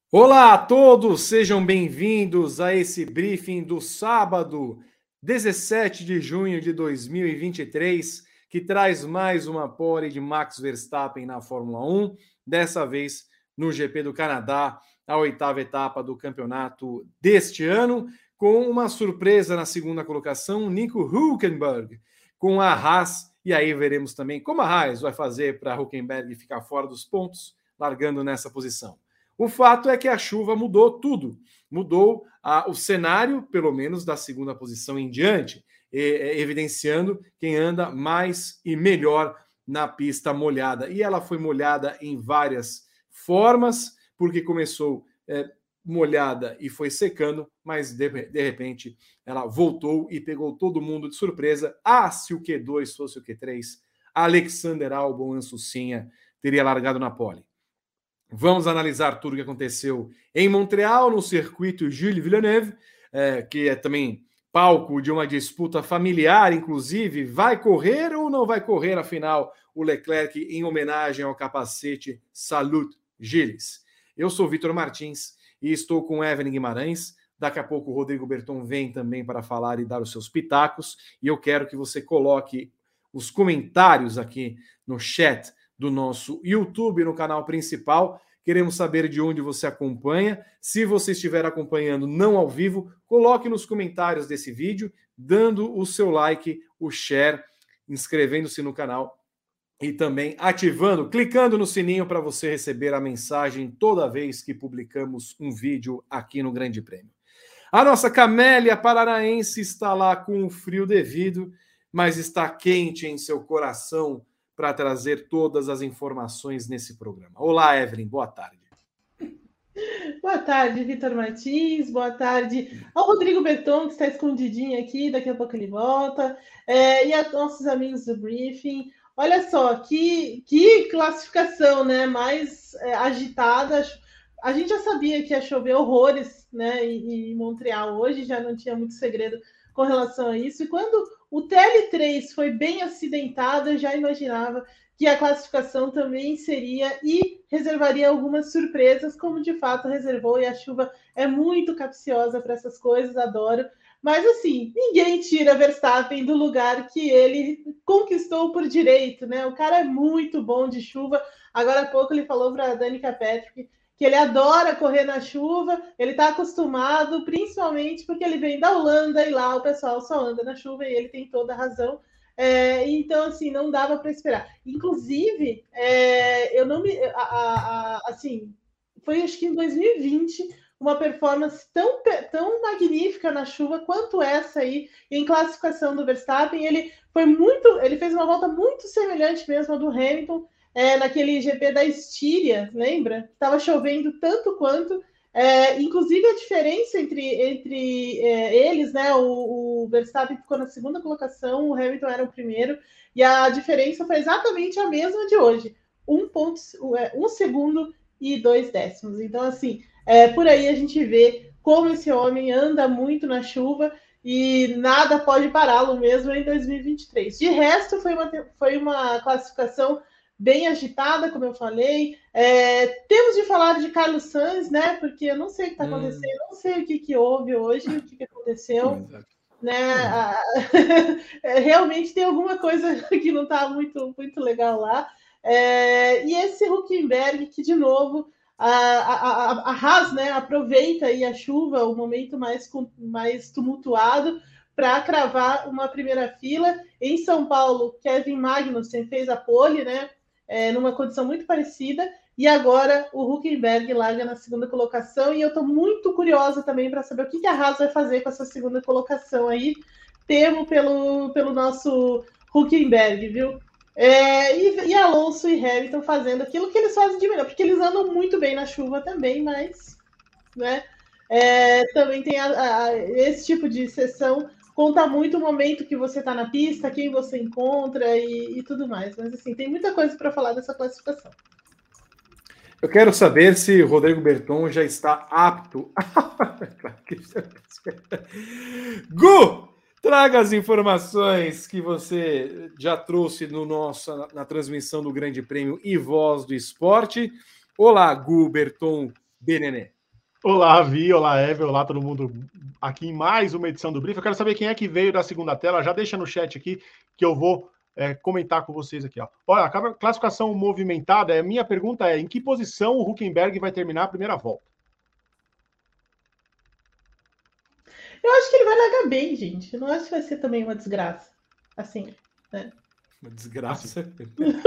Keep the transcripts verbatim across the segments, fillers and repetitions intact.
Olá a todos, sejam bem-vindos a esse briefing do sábado, dezessete de junho de dois mil e vinte e três, que traz mais uma pole de Max Verstappen na Fórmula um, dessa vez no G P do Canadá, a oitava etapa do campeonato deste ano, com uma surpresa na segunda colocação, Nico Hülkenberg, com a Haas, e aí veremos também como a Haas vai fazer para Hülkenberg ficar fora dos pontos, largando nessa posição. O fato é que a chuva mudou tudo, mudou ah, o cenário, pelo menos da segunda posição em diante, e, evidenciando quem anda mais e melhor na pista molhada. E ela foi molhada em várias formas, porque começou é, molhada e foi secando, mas de, de repente ela voltou e pegou todo mundo de surpresa. Ah, se o Q dois fosse o Q três, Alexander Albon Ansucinha teria largado na pole. Vamos analisar tudo o que aconteceu em Montreal, no circuito Gilles Villeneuve, é, que é também palco de uma disputa familiar, inclusive. Vai correr ou não vai correr, afinal, o Leclerc em homenagem ao capacete Salute Gilles? Eu sou Vitor Martins e estou com Evelyn Guimarães. Daqui a pouco o Rodrigo Berton vem também para falar e dar os seus pitacos. E eu quero que você coloque os comentários aqui no chat do nosso YouTube, no canal principal. Queremos saber de onde você acompanha. Se você estiver acompanhando não ao vivo, coloque nos comentários desse vídeo, dando o seu like, o share, inscrevendo-se no canal e também ativando, clicando no sininho para você receber a mensagem toda vez que publicamos um vídeo aqui no Grande Prêmio. A nossa Camélia Paranaense está lá com o frio devido, mas está quente em seu coração para trazer todas as informações nesse programa. Olá, Evelyn, boa tarde. Boa tarde, Vitor Martins, boa tarde ao Rodrigo Berton, que está escondidinho aqui, daqui a pouco ele volta, é, e a nossos amigos do Briefing. Olha só, que, que classificação, né, mais é, agitada. A gente já sabia que ia chover horrores, né, em, em Montreal hoje, já não tinha muito segredo com relação a isso, e quando o T L três foi bem acidentado, eu já imaginava que a classificação também seria e reservaria algumas surpresas, como de fato reservou, e a chuva é muito capciosa para essas coisas, adoro. Mas assim, ninguém tira Verstappen do lugar que ele conquistou por direito, né? O cara é muito bom de chuva. Agora há pouco ele falou para a Danica Patrick que ele adora correr na chuva, ele está acostumado, principalmente porque ele vem da Holanda e lá o pessoal só anda na chuva e ele tem toda a razão. É, então, assim, não dava para esperar. Inclusive, é, eu não me. A, a, a, assim, foi acho que em dois mil e vinte uma performance tão, tão magnífica na chuva quanto essa aí, em classificação do Verstappen. Ele foi muito. Ele fez uma volta muito semelhante mesmo à do Hamilton. É, naquele G P da Estíria, lembra? Estava chovendo tanto quanto. É, inclusive a diferença entre, entre é, eles, né? O, o Verstappen ficou na segunda colocação, o Hamilton era o primeiro, e a diferença foi exatamente a mesma de hoje: um, ponto, um segundo e dois décimos. Então, assim, é, por aí a gente vê como esse homem anda muito na chuva e nada pode pará-lo mesmo em dois mil e vinte e três. De resto, foi uma, foi uma classificação bem agitada, como eu falei. É, temos de falar de Carlos Sainz, né? Porque eu não sei o que está acontecendo, hum. não sei o que, que houve hoje, o que, que aconteceu. Né? Hum. Realmente tem alguma coisa que não está muito, muito legal lá. É, e esse Hülkenberg, que de novo a, a, a Haas, né, aproveita aí a chuva, o momento mais, mais tumultuado, para cravar uma primeira fila. Em São Paulo, Kevin Magnussen fez a pole, né? É, numa condição muito parecida, e agora o Hülkenberg larga na segunda colocação, e eu estou muito curiosa também para saber o que, que a Haas vai fazer com essa segunda colocação aí, temo pelo, pelo nosso Hülkenberg, viu? É, e, e Alonso e Hamilton fazendo aquilo que eles fazem de melhor, porque eles andam muito bem na chuva também, mas né, é, também tem a, a, esse tipo de sessão. Conta muito o momento que você está na pista, quem você encontra e, e tudo mais. Mas, assim, tem muita coisa para falar dessa classificação. Eu quero saber se o Rodrigo Berton já está apto. Gu, traga as informações que você já trouxe no nosso, na, na transmissão do Grande Prêmio e Voz do Esporte. Olá, Gu Berton Benené. Olá, Vi, olá, Eve, olá todo mundo aqui em mais uma edição do Brief. Eu quero saber quem é que veio da segunda tela, já deixa no chat aqui que eu vou é, comentar com vocês aqui. Ó. Olha, a classificação movimentada, a minha pergunta é, em que posição o Hülkenberg vai terminar a primeira volta? Eu acho que ele vai largar bem, gente. Eu não acho que vai ser também uma desgraça. Assim, né? Uma desgraça. Assim.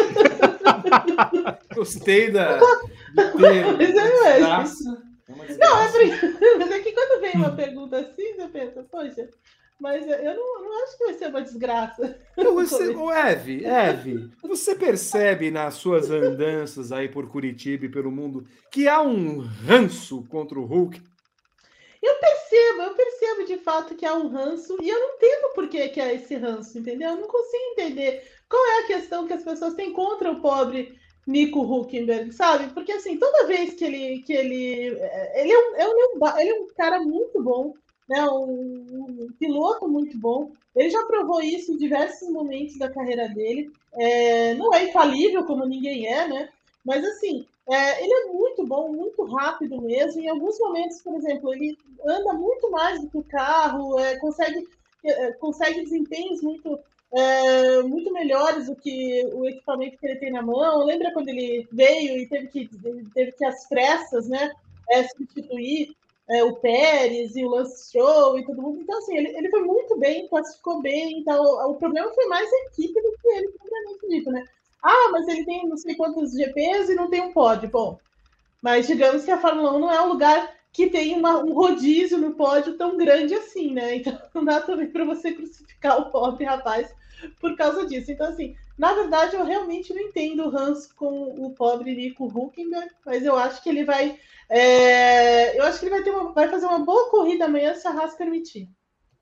Gostei da... do termo. Mas é, Desgraça. É uma desgraça. Não, é porque... Mas é que quando vem uma pergunta assim, você pensa, poxa, mas eu não, não acho que vai ser uma desgraça. Então você, ô Eve, Eve, você percebe nas suas andanças aí por Curitiba e pelo mundo que há um ranço contra o Hulk? Eu percebo, eu percebo de fato que há um ranço e eu não entendo por que, que é esse ranço, entendeu? Eu não consigo entender qual é a questão que as pessoas têm contra o pobre Nico Hülkenberg, sabe? Porque assim, toda vez que ele que ele ele é um, ele é um, ele é um cara muito bom, né? Um, um piloto muito bom. Ele já provou isso em diversos momentos da carreira dele. É, não é infalível como ninguém é, né? Mas assim, é, ele é muito bom, muito rápido mesmo. Em alguns momentos, por exemplo, ele anda muito mais do que o carro, é, consegue, é, consegue desempenhos muito, é, muito melhores do que o equipamento que ele tem na mão. Lembra quando ele veio e teve que, teve que às pressas, né, é, substituir é, o Pérez e o Lance Stroll e todo mundo. Então, assim, ele, ele foi muito bem, classificou bem. Então, o, o problema foi mais a equipe do que ele, propriamente dito, né? Ah, mas ele tem não sei quantos G Ps e não tem um pódio. Bom, mas digamos que a Fórmula um não é um lugar que tem uma, um rodízio no pódio tão grande assim, né? Então não dá também para você crucificar o pobre rapaz por causa disso. Então, assim, na verdade, eu realmente não entendo o ranço com o pobre Nico Hülkenberg, mas eu acho que ele vai. É... Eu acho que ele vai, ter uma, vai fazer uma boa corrida amanhã se a Haas permitir.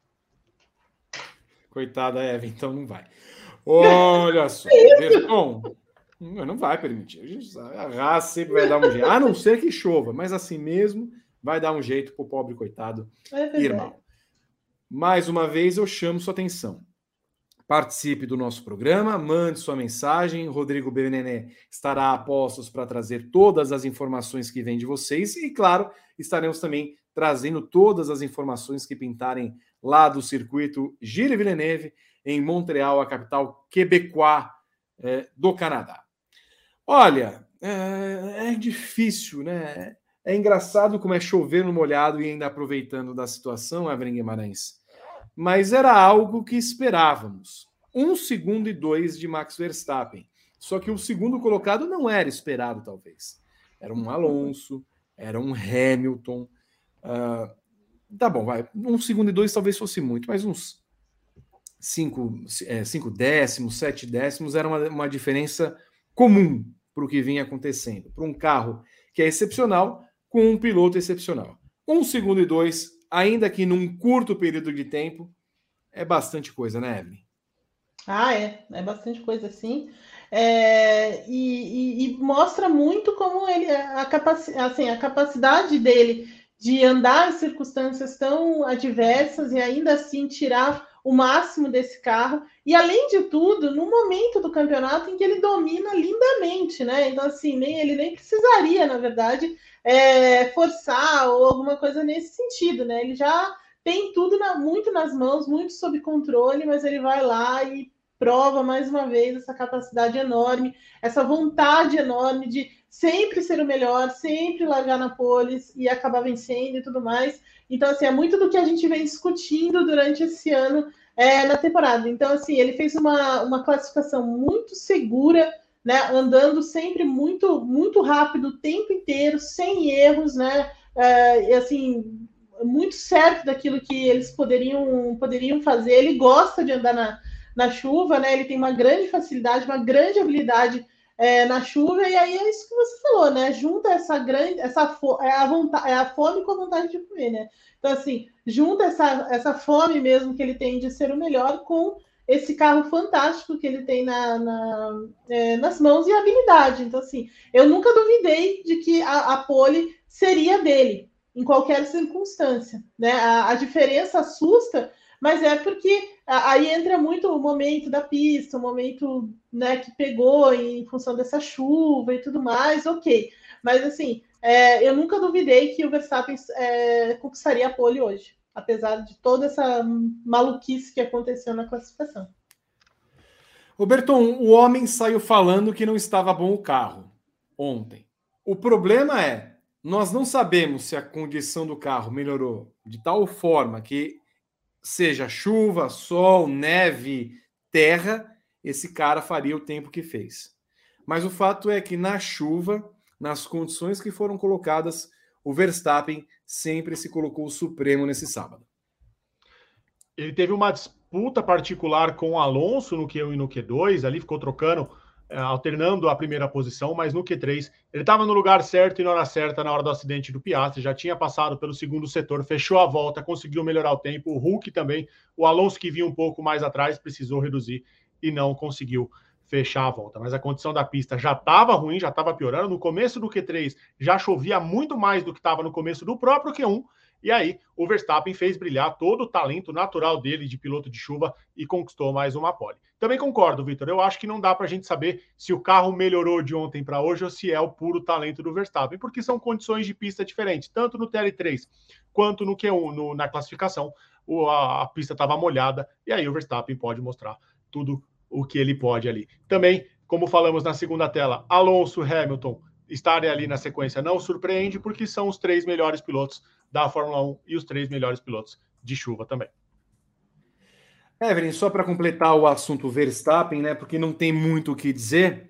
Coitada, Eve, então não vai. Olha só, Berton, não vai permitir. A gente sabe, a Haas sempre vai dar um jeito, a não ser que chova, mas assim mesmo vai dar um jeito pro pobre coitado É irmão. Mais uma vez eu chamo sua atenção. Participe do nosso programa, mande sua mensagem. Rodrigo Benené estará a postos para trazer todas as informações que vêm de vocês e, claro, estaremos também trazendo todas as informações que pintarem lá do circuito Gilles Villeneuve, em Montreal, a capital quebecois é, do Canadá. Olha, é, é difícil, né? É engraçado como é chover no molhado e ainda aproveitando da situação, Evelyn Guimarães. Mas era algo que esperávamos. Um segundo e dois de Max Verstappen. Só que o segundo colocado não era esperado, talvez. Era um Alonso, era um Hamilton. Uh, tá bom, vai. Um segundo e dois talvez fosse muito, mas uns cinco, é, cinco décimos, sete décimos era uma, uma diferença comum para o que vinha acontecendo. Para um carro que é excepcional, com um piloto excepcional. Um segundo e dois, ainda que num curto período de tempo, é bastante coisa, né, Evelyn? Ah, é. É bastante coisa assim. É, e, e, e mostra muito como ele a, capaci assim, a capacidade dele de andar em circunstâncias tão adversas e ainda assim tirar o máximo desse carro. E além de tudo, no momento do campeonato em que ele domina lindamente, né? Então, assim, nem, ele nem precisaria, na verdade, é, forçar ou alguma coisa nesse sentido, né? Ele já tem tudo na, muito nas mãos, muito sob controle, mas ele vai lá e prova mais uma vez essa capacidade enorme, essa vontade enorme de sempre ser o melhor, sempre largar na polis e acabar vencendo e tudo mais. Então, assim, é muito do que a gente vem discutindo durante esse ano é, na temporada. Então, assim, ele fez uma, uma classificação muito segura, né? Andando sempre muito, muito rápido o tempo inteiro, sem erros, né? É, e assim, muito certo daquilo que eles poderiam, poderiam fazer. Ele gosta de andar na, na chuva, né? Ele tem uma grande facilidade, uma grande habilidade é, na chuva, e aí é isso que você falou, né? Junta essa grande, essa fo é, a vontade, é a fome com a vontade de comer, né? Então, assim, junta essa, essa fome mesmo que ele tem de ser o melhor com esse carro fantástico que ele tem na, na, é, nas mãos e a habilidade. Então, assim, eu nunca duvidei de que a, a pole seria dele, em qualquer circunstância, né? A, a diferença assusta, mas é porque aí entra muito o momento da pista, o momento, né, que pegou em função dessa chuva e tudo mais, ok. Mas, assim, é, eu nunca duvidei que o Verstappen é, conquistaria a pole hoje, apesar de toda essa maluquice que aconteceu na classificação. Roberton, o homem saiu falando que não estava bom o carro ontem. O problema é, nós não sabemos se a condição do carro melhorou de tal forma que seja chuva, sol, neve, terra, esse cara faria o tempo que fez. Mas o fato é que na chuva, nas condições que foram colocadas, o Verstappen sempre se colocou o supremo nesse sábado. Ele teve uma disputa particular com o Alonso no Q um e no Q dois, ali ficou trocando, alternando a primeira posição, mas no Q três ele estava no lugar certo e na hora certa na hora do acidente do Piastri, já tinha passado pelo segundo setor, fechou a volta, conseguiu melhorar o tempo, o Hulk também, o Alonso que vinha um pouco mais atrás precisou reduzir e não conseguiu fechar a volta, mas a condição da pista já estava ruim, já estava piorando, no começo do Q três já chovia muito mais do que estava no começo do próprio Q um, e aí o Verstappen fez brilhar todo o talento natural dele de piloto de chuva e conquistou mais uma pole. Também concordo, Vitor, eu acho que não dá para a gente saber se o carro melhorou de ontem para hoje ou se é o puro talento do Verstappen, porque são condições de pista diferentes, tanto no T L três quanto no Q um, no, na classificação, o, a, a pista estava molhada, e aí o Verstappen pode mostrar tudo o que ele pode ali. Também, como falamos na segunda tela, Alonso e Hamilton estarem ali na sequência não surpreende, porque são os três melhores pilotos da Fórmula um e os três melhores pilotos de chuva também. Evelyn, só para completar o assunto Verstappen, né, porque não tem muito o que dizer,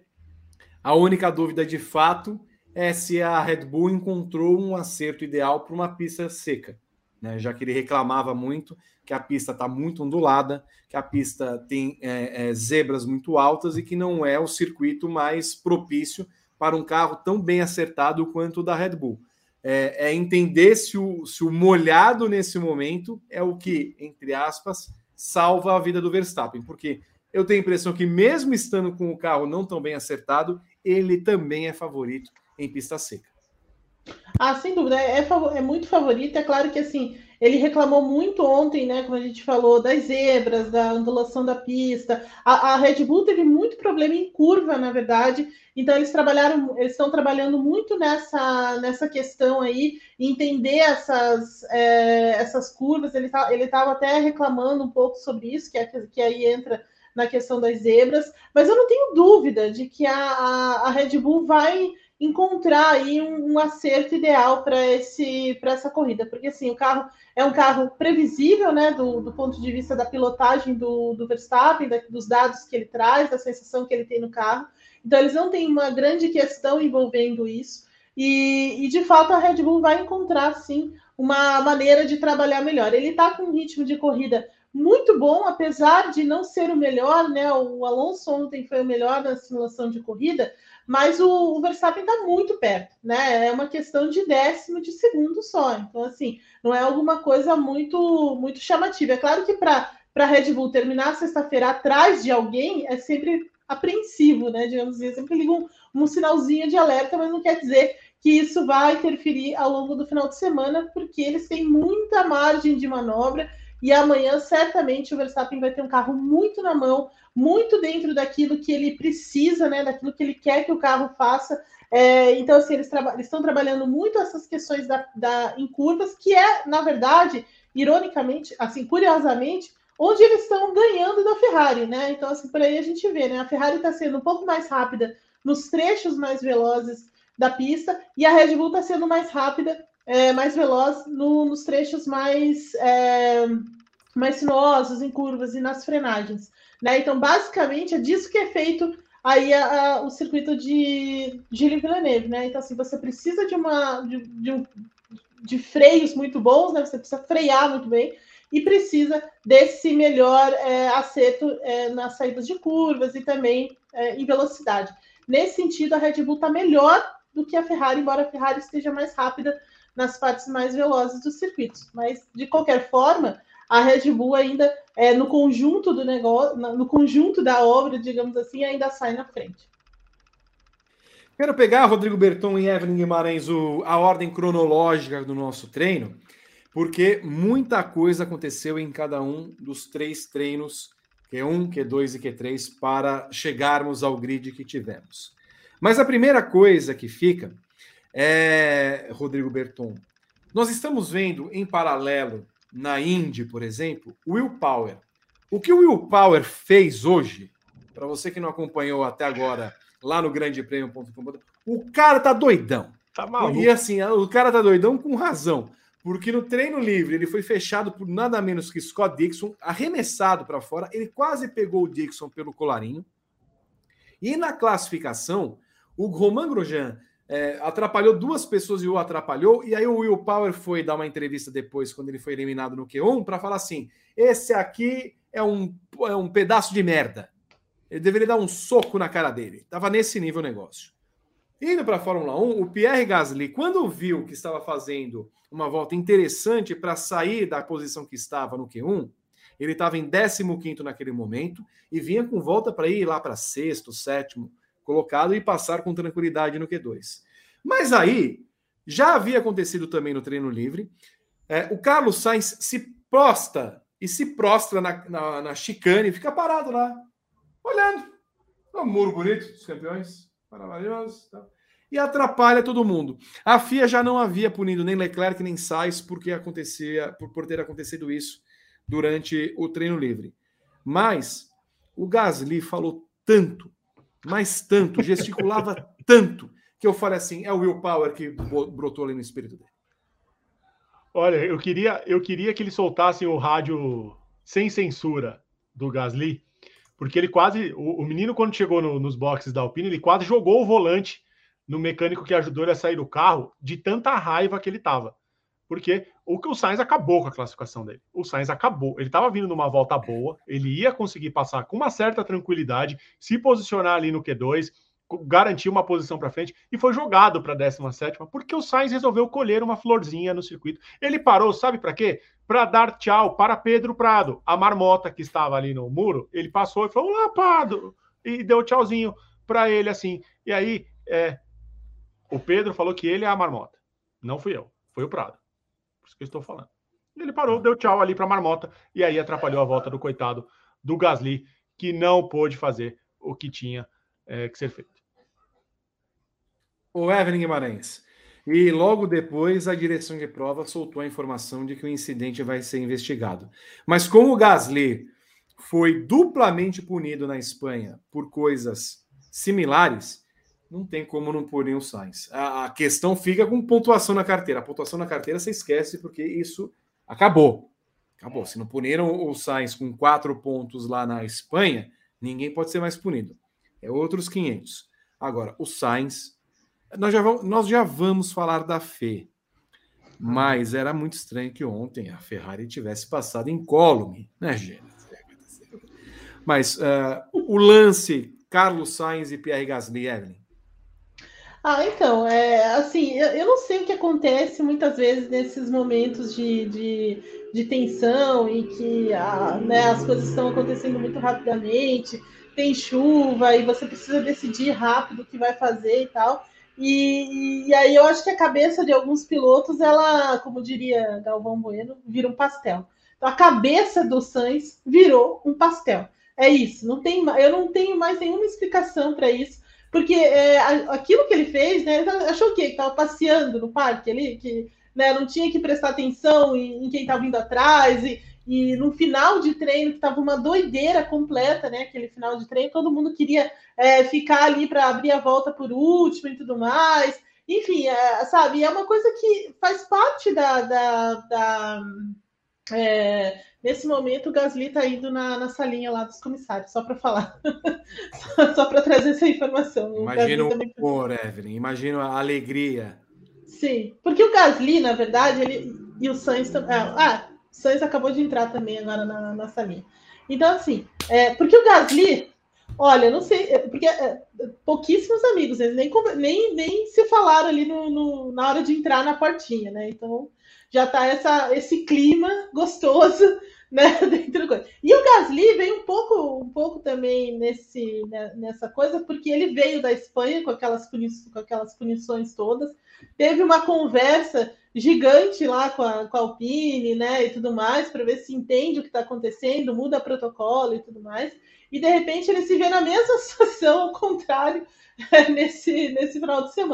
a única dúvida de fato é se a Red Bull encontrou um acerto ideal para uma pista seca, né, já que ele reclamava muito que a pista está muito ondulada, que a pista tem é, é, zebras muito altas e que não é o circuito mais propício para um carro tão bem acertado quanto o da Red Bull. É, é entender se o, se o molhado nesse momento é o que, entre aspas, salva a vida do Verstappen, porque eu tenho a impressão que mesmo estando com o carro não tão bem acertado, ele também é favorito em pista seca. Ah, sem dúvida, é, é muito favorito. É claro que assim, ele reclamou muito ontem, né? Como a gente falou, das zebras, da ondulação da pista. A, a Red Bull teve muito problema em curva, na verdade. Então, eles trabalharam, eles estão trabalhando muito nessa, nessa questão aí, entender essas, é, essas curvas. Ele tá, ele estava até reclamando um pouco sobre isso, que, é, que aí entra na questão das zebras. Mas eu não tenho dúvida de que a, a, a Red Bull vai encontrar aí um, um acerto ideal para esse para essa corrida, porque assim, o carro é um carro previsível, né, do, do ponto de vista da pilotagem do, do Verstappen, da, dos dados que ele traz, da sensação que ele tem no carro. Então eles não têm uma grande questão envolvendo isso, e, e de fato a Red Bull vai encontrar sim uma maneira de trabalhar melhor. Ele está com um ritmo de corrida muito bom, apesar de não ser o melhor, né? O Alonso ontem foi o melhor na simulação de corrida, mas o, o Verstappen está muito perto, né? É uma questão de décimo de segundo só. Então, assim, não é alguma coisa muito, muito chamativa. É claro que para a Red Bull terminar sexta-feira atrás de alguém é sempre apreensivo, né? Digamos assim, sempre liga um, um sinalzinho de alerta, mas não quer dizer que isso vai interferir ao longo do final de semana, porque eles têm muita margem de manobra. E amanhã, certamente, o Verstappen vai ter um carro muito na mão, muito dentro daquilo que ele precisa, né? Daquilo que ele quer que o carro faça. É, então, assim, eles, traba- eles estão trabalhando muito essas questões da, da, em curvas, que é, na verdade, ironicamente, assim, curiosamente, onde eles estão ganhando da Ferrari, né? Então, assim, por aí a gente vê, né? A Ferrari está sendo um pouco mais rápida nos trechos mais velozes da pista, e a Red Bull está sendo mais rápida, é, mais veloz no, nos trechos mais, é, mais sinuosos, em curvas e nas frenagens, né? Então, basicamente, é disso que é feito aí a, a, o circuito de Gilles Villeneuve, né? Então, assim, você precisa de, uma, de, de, um, de freios muito bons, né? Você precisa frear muito bem e precisa desse melhor é, acerto é, nas saídas de curvas e também é, em velocidade. Nesse sentido, a Red Bull está melhor do que a Ferrari, embora a Ferrari esteja mais rápida nas partes mais velozes dos circuitos. Mas, de qualquer forma, a Red Bull ainda, é, no conjunto do negócio, no conjunto da obra, digamos assim, ainda sai na frente. Quero pegar, Rodrigo Berton e Evelyn Guimarães, o, a ordem cronológica do nosso treino, porque muita coisa aconteceu em cada um dos três treinos, Q um, Q dois e Q três, para chegarmos ao grid que tivemos. Mas a primeira coisa que fica É, Rodrigo Berton, nós estamos vendo em paralelo na Indy, por exemplo, o Will Power. O que o Will Power fez hoje, para você que não acompanhou até agora lá no grande prêmio ponto com, o cara tá doidão. Tá maluco. E assim, o cara tá doidão com razão, porque no treino livre ele foi fechado por nada menos que Scott Dixon, arremessado para fora, ele quase pegou o Dixon pelo colarinho. E na classificação, o Romain Grosjean é, atrapalhou duas pessoas e o atrapalhou, e aí o Will Power foi dar uma entrevista depois, quando ele foi eliminado no Q um, para falar assim, esse aqui é um, é um pedaço de merda. Ele deveria dar um soco na cara dele. Tava nesse nível o negócio. Indo para a Fórmula um, o Pierre Gasly, quando viu que estava fazendo uma volta interessante para sair da posição que estava no Q um, ele estava em décimo quinto naquele momento e vinha com volta para ir lá para sexto, sétimo colocado e passar com tranquilidade no Q dois. Mas aí, já havia acontecido também no treino livre, é, o Carlos Sainz se prosta e se prostra na, na, na chicane, fica parado lá, olhando. É um muro bonito dos campeões, maravilhoso. Tá? E atrapalha todo mundo. A F I A já não havia punido nem Leclerc nem Sainz porque acontecia, por, por ter acontecido isso durante o treino livre. Mas o Gasly falou tanto, mas tanto, gesticulava tanto, que eu falei assim, é o Will Power que brotou ali no espírito dele. Olha, eu queria, eu queria que eles soltassem o rádio sem censura do Gasly, porque ele quase, o, o menino quando chegou no, nos boxes da Alpine, ele quase jogou o volante no mecânico que ajudou ele a sair do carro, de tanta raiva que ele tava. Porque o que o Sainz acabou com a classificação dele. O Sainz acabou. Ele estava vindo numa volta boa, ele ia conseguir passar com uma certa tranquilidade, se posicionar ali no Q dois, garantir uma posição para frente, e foi jogado para a décima sétima, porque o Sainz resolveu colher uma florzinha no circuito. Ele parou, sabe para quê? Para dar tchau para Pedro Prado, a marmota que estava ali no muro. Ele passou e falou, olá, Prado, e deu tchauzinho para ele assim. E aí, é, o Pedro falou que ele é a marmota. Não fui eu, foi o Prado. Por isso que eu estou falando. Ele parou, deu tchau ali para a marmota e aí atrapalhou a volta do coitado do Gasly, que não pôde fazer o que tinha é, que ser feito. O Evelyn Guimarães. E logo depois a direção de prova soltou a informação de que o incidente vai ser investigado. Mas como o Gasly foi duplamente punido na Espanha por coisas similares, não tem como não punir o Sainz. A, a questão fica com pontuação na carteira. A pontuação na carteira você esquece porque isso acabou. Acabou. Se não puniram o Sainz com quatro pontos lá na Espanha, ninguém pode ser mais punido. É outros quinhentos. Agora, o Sainz... Nós já vamos, nós já vamos falar da F E, mas era muito estranho que ontem a Ferrari tivesse passado incólume, né, gente? Mas uh, o lance Carlos Sainz e Pierre Gasly, Evelyn. Ah, então, é, assim, eu, eu não sei o que acontece muitas vezes nesses momentos de, de, de tensão e que a, né, as coisas estão acontecendo muito rapidamente, tem chuva e você precisa decidir rápido o que vai fazer e tal. E, e aí eu acho que a cabeça de alguns pilotos, ela, como diria Galvão Bueno, vira um pastel. Então a cabeça do Sainz virou um pastel. É isso, não tem, eu não tenho mais nenhuma explicação para isso. Porque é, aquilo que ele fez, né? Ele achou o quê? Que estava passeando no parque ali, que né, não tinha que prestar atenção em, em quem estava vindo atrás, e, e no final de treino, que estava uma doideira completa, né? Aquele final de treino, todo mundo queria é, ficar ali para abrir a volta por último e tudo mais. Enfim, é, sabe, é uma coisa que faz parte da. da, da é, nesse momento, o Gasly está indo na, na salinha lá dos comissários, só para falar. só só para trazer essa informação. Imagina o humor, Evelyn. Imagina a alegria. Sim, porque o Gasly, na verdade, ele e o Sainz também. Ah, o Sainz acabou de entrar também agora na, na salinha. Então, assim, é, porque o Gasly, olha, não sei, porque é, pouquíssimos amigos, eles nem, nem, nem se falaram ali no, no, na hora de entrar na portinha, né? Então já tá essa, esse clima gostoso, né, dentro do coisa. E o Gasly veio um pouco, um pouco também nesse, né, nessa coisa, porque ele veio da Espanha com aquelas, puni com aquelas punições todas, teve uma conversa gigante lá com a, com a Alpine, né, e tudo mais, para ver se entende o que está acontecendo, muda protocolo e tudo mais, e de repente ele se vê na mesma situação, ao contrário, nesse, nesse final de semana.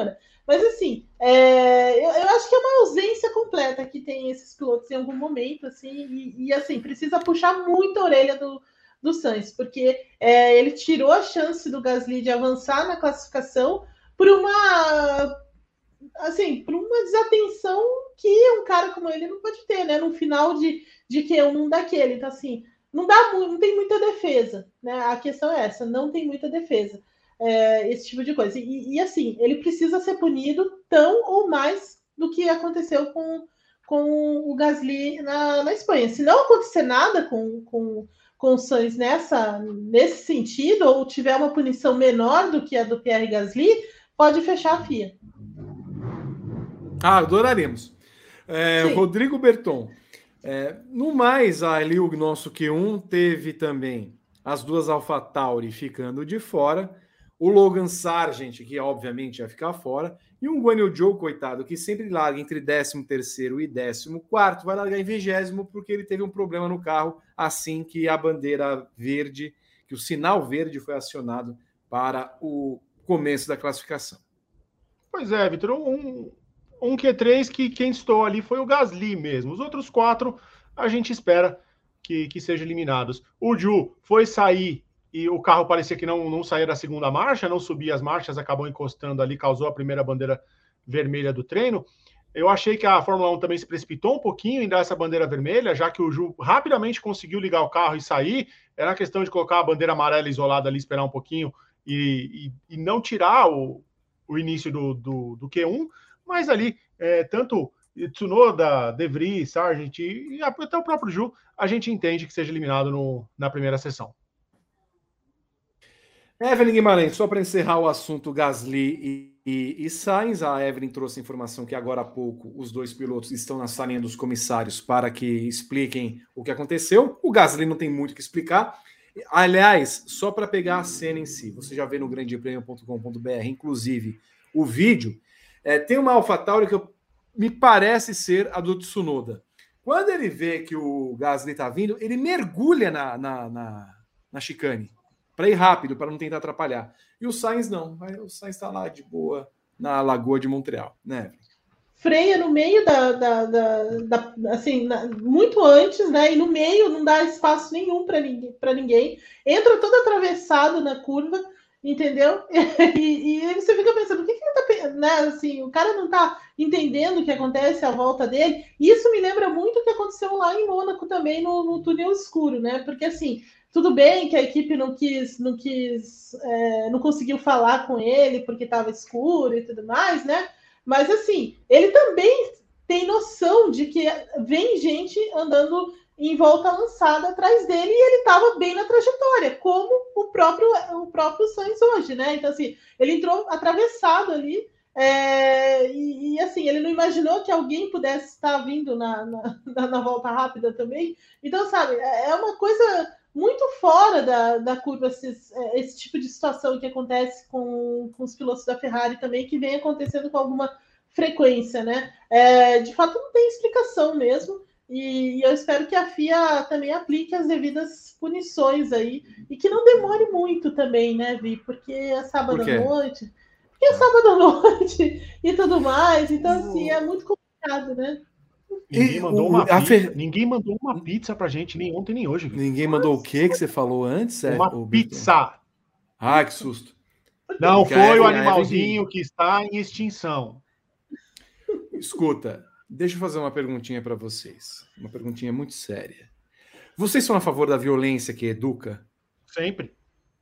Mas assim, é, eu, eu acho que é uma ausência completa que tem esses pilotos em algum momento, assim, e, e assim, precisa puxar muito a orelha do, do Sainz, porque é, ele tirou a chance do Gasly de avançar na classificação por uma assim, por uma desatenção que um cara como ele não pode ter, né? No final de, de Q um daquele. Então, assim, não dá não tem muita defesa, né? A questão é essa, não tem muita defesa. É, esse tipo de coisa. E, e, assim, ele precisa ser punido tão ou mais do que aconteceu com, com o Gasly na, na Espanha. Se não acontecer nada com, com, com o Sainz nessa, nesse sentido, ou tiver uma punição menor do que a do Pierre Gasly, pode fechar a F I A. Ah, adoraremos. É, Rodrigo Berton. É, no mais, ali o nosso Q um teve também as duas AlphaTauri ficando de fora, o Logan Sargent, que obviamente ia ficar fora, e um Guan Yu Zhou, coitado, que sempre larga entre décimo terceiro e décimo quarto, vai largar em vigésimo porque ele teve um problema no carro assim que a bandeira verde, que o sinal verde foi acionado para o começo da classificação. Pois é, Vitor, um, um Q três que quem estou ali foi o Gasly mesmo. Os outros quatro a gente espera que, que sejam eliminados. O Zhu foi sair e o carro parecia que não, não saía da segunda marcha, não subia as marchas, acabou encostando ali, causou a primeira bandeira vermelha do treino. Eu achei que a Fórmula um também se precipitou um pouquinho em dar essa bandeira vermelha, já que o Zhu rapidamente conseguiu ligar o carro e sair. Era questão de colocar a bandeira amarela isolada ali, esperar um pouquinho e, e, e não tirar o, o início do, do, do Q um, mas ali, é, tanto Tsunoda, De Vries, Sargent e até o próprio Zhu, a gente entende que seja eliminado no, na primeira sessão. Evelyn Guimarães, só para encerrar o assunto Gasly e, e, e Sainz, a Evelyn trouxe a informação que agora há pouco os dois pilotos estão na salinha dos comissários para que expliquem o que aconteceu. O Gasly não tem muito o que explicar. Aliás, só para pegar a cena em si, você já vê no grande prêmio ponto com ponto b r, inclusive o vídeo, é, tem uma AlphaTauri que eu, me parece ser a do Tsunoda. Quando ele vê que o Gasly está vindo, ele mergulha na, na, na, na chicane para ir rápido, para não tentar atrapalhar. E o Sainz não, o Sainz está lá de boa na Lagoa de Montreal, né? Freia no meio da, da, da, da assim, na, muito antes, né? E no meio não dá espaço nenhum para ninguém, para ninguém. Entra todo atravessado na curva, entendeu? E, e você fica pensando, o que, que ele tá, né? Assim, o cara não tá entendendo o que acontece à volta dele. E isso me lembra muito o que aconteceu lá em Mônaco também no, no túnel escuro, né? Porque assim, tudo bem que a equipe não quis, não quis, é, não conseguiu falar com ele porque estava escuro e tudo mais, né? Mas assim, ele também tem noção de que vem gente andando em volta lançada atrás dele e ele estava bem na trajetória, como o próprio o próprio Sainz hoje, né? Então assim, ele entrou atravessado ali. É, e, e assim, ele não imaginou que alguém pudesse estar vindo na, na, na volta rápida também. Então, sabe, é uma coisa muito fora da, da curva esse, esse tipo de situação que acontece com, com os pilotos da Ferrari também, que vem acontecendo com alguma frequência, né? É, de fato, não tem explicação mesmo, e, e eu espero que a F I A também aplique as devidas punições aí, e que não demore muito também, né, Vi? Porque é sábado à noite, porque é sábado à noite e tudo mais, então, assim, é muito complicado, né? Ninguém mandou, uma pizza, Fer... Ninguém mandou uma pizza pra gente, nem ontem nem hoje. Viu? Ninguém mandou Nossa. O que que você falou antes? Uma é, pizza. Ah, que susto. Não Porque foi o animalzinho que está em extinção. Escuta, deixa eu fazer uma perguntinha para vocês. Uma perguntinha muito séria. Vocês são a favor da violência que educa? Sempre.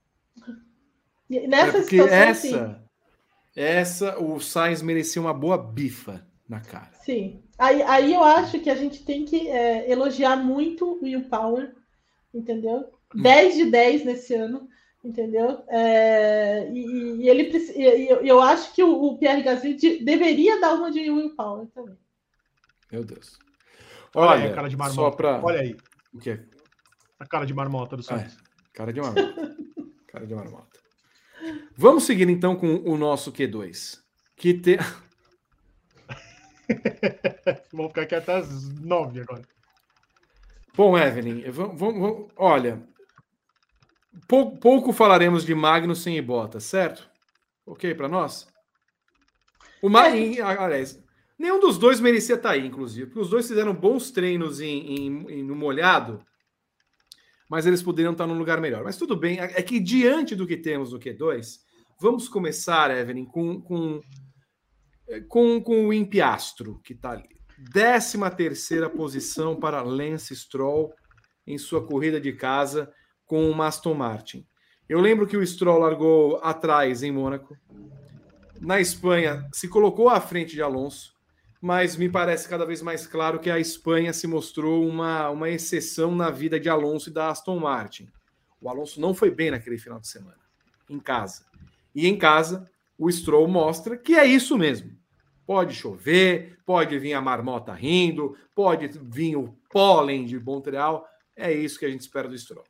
Nessa é porque situação, essa, sim. essa, o Sainz merecia uma boa bifa na cara. Sim. Aí, aí eu acho que a gente tem que é, elogiar muito o Will Power, entendeu? dez de dez nesse ano, entendeu? É, e, e ele e, eu acho que o, o Pierre Gasly de, deveria dar uma de Will Power também. Meu Deus. Olha, Olha aí a cara de marmota. Só pra... Olha aí. O que é? A cara de marmota do Sainz. É, cara de marmota. cara de marmota. Vamos seguir então com o nosso Q dois. Que tem... Vamos ficar aqui até as nove agora. Bom, Evelyn, vamos, vamos, olha, pouco, pouco falaremos de Magnussen e Bottas, certo? Ok para nós? O Marinho, aliás, nenhum dos dois merecia estar aí, inclusive, porque os dois fizeram bons treinos em, em, em, no molhado, mas eles poderiam estar num lugar melhor. Mas tudo bem, é que diante do que temos no Q dois, vamos começar, Evelyn, com, com, com, com o Impiastro, que está ali. décima terceira posição para Lance Stroll em sua corrida de casa com o Aston Martin. Eu lembro que o Stroll largou atrás em Mônaco. Na Espanha, se colocou à frente de Alonso, mas me parece cada vez mais claro que a Espanha se mostrou uma, uma exceção na vida de Alonso e da Aston Martin. O Alonso não foi bem naquele final de semana, em casa. E em casa, o Stroll mostra que é isso mesmo. Pode chover, pode vir a marmota rindo, pode vir o pólen de Montreal. É isso que a gente espera do Stroll.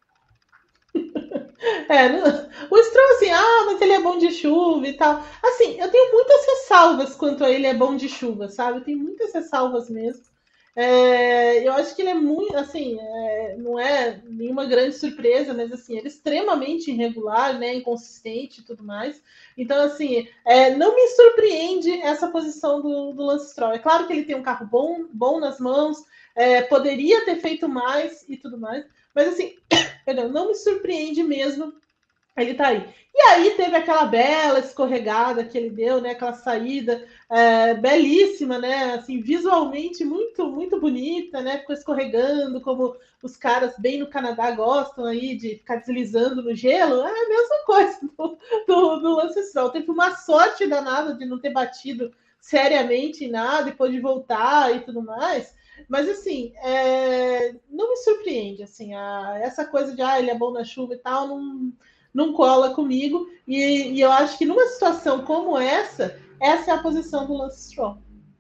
É, o Stroll, assim, ah, mas ele é bom de chuva e tal. Assim, eu tenho muitas ressalvas quanto a ele é bom de chuva, sabe? Eu tenho muitas ressalvas mesmo. É, eu acho que ele é muito, assim, é, não é nenhuma grande surpresa, mas, assim, ele é extremamente irregular, né, inconsistente e tudo mais. Então, assim, é, não me surpreende essa posição do, do Lance Stroll. É claro que ele tem um carro bom, bom nas mãos, é, poderia ter feito mais e tudo mais, mas, assim, perdão, não me surpreende mesmo ele tá aí. E aí teve aquela bela escorregada que ele deu, né? Aquela saída é, belíssima, né? Assim, visualmente muito, muito bonita, né? Ficou escorregando, como os caras bem no Canadá gostam aí de ficar deslizando no gelo. É a mesma coisa do, do, do Lance Stroll. Teve uma sorte danada de não ter batido seriamente em nada e pôde voltar e tudo mais. Mas, assim, é, não me surpreende, assim, a, essa coisa de, ah, ele é bom na chuva e tal, não, não cola comigo, e, e eu acho que numa situação como essa, essa é a posição do Lance Stroll.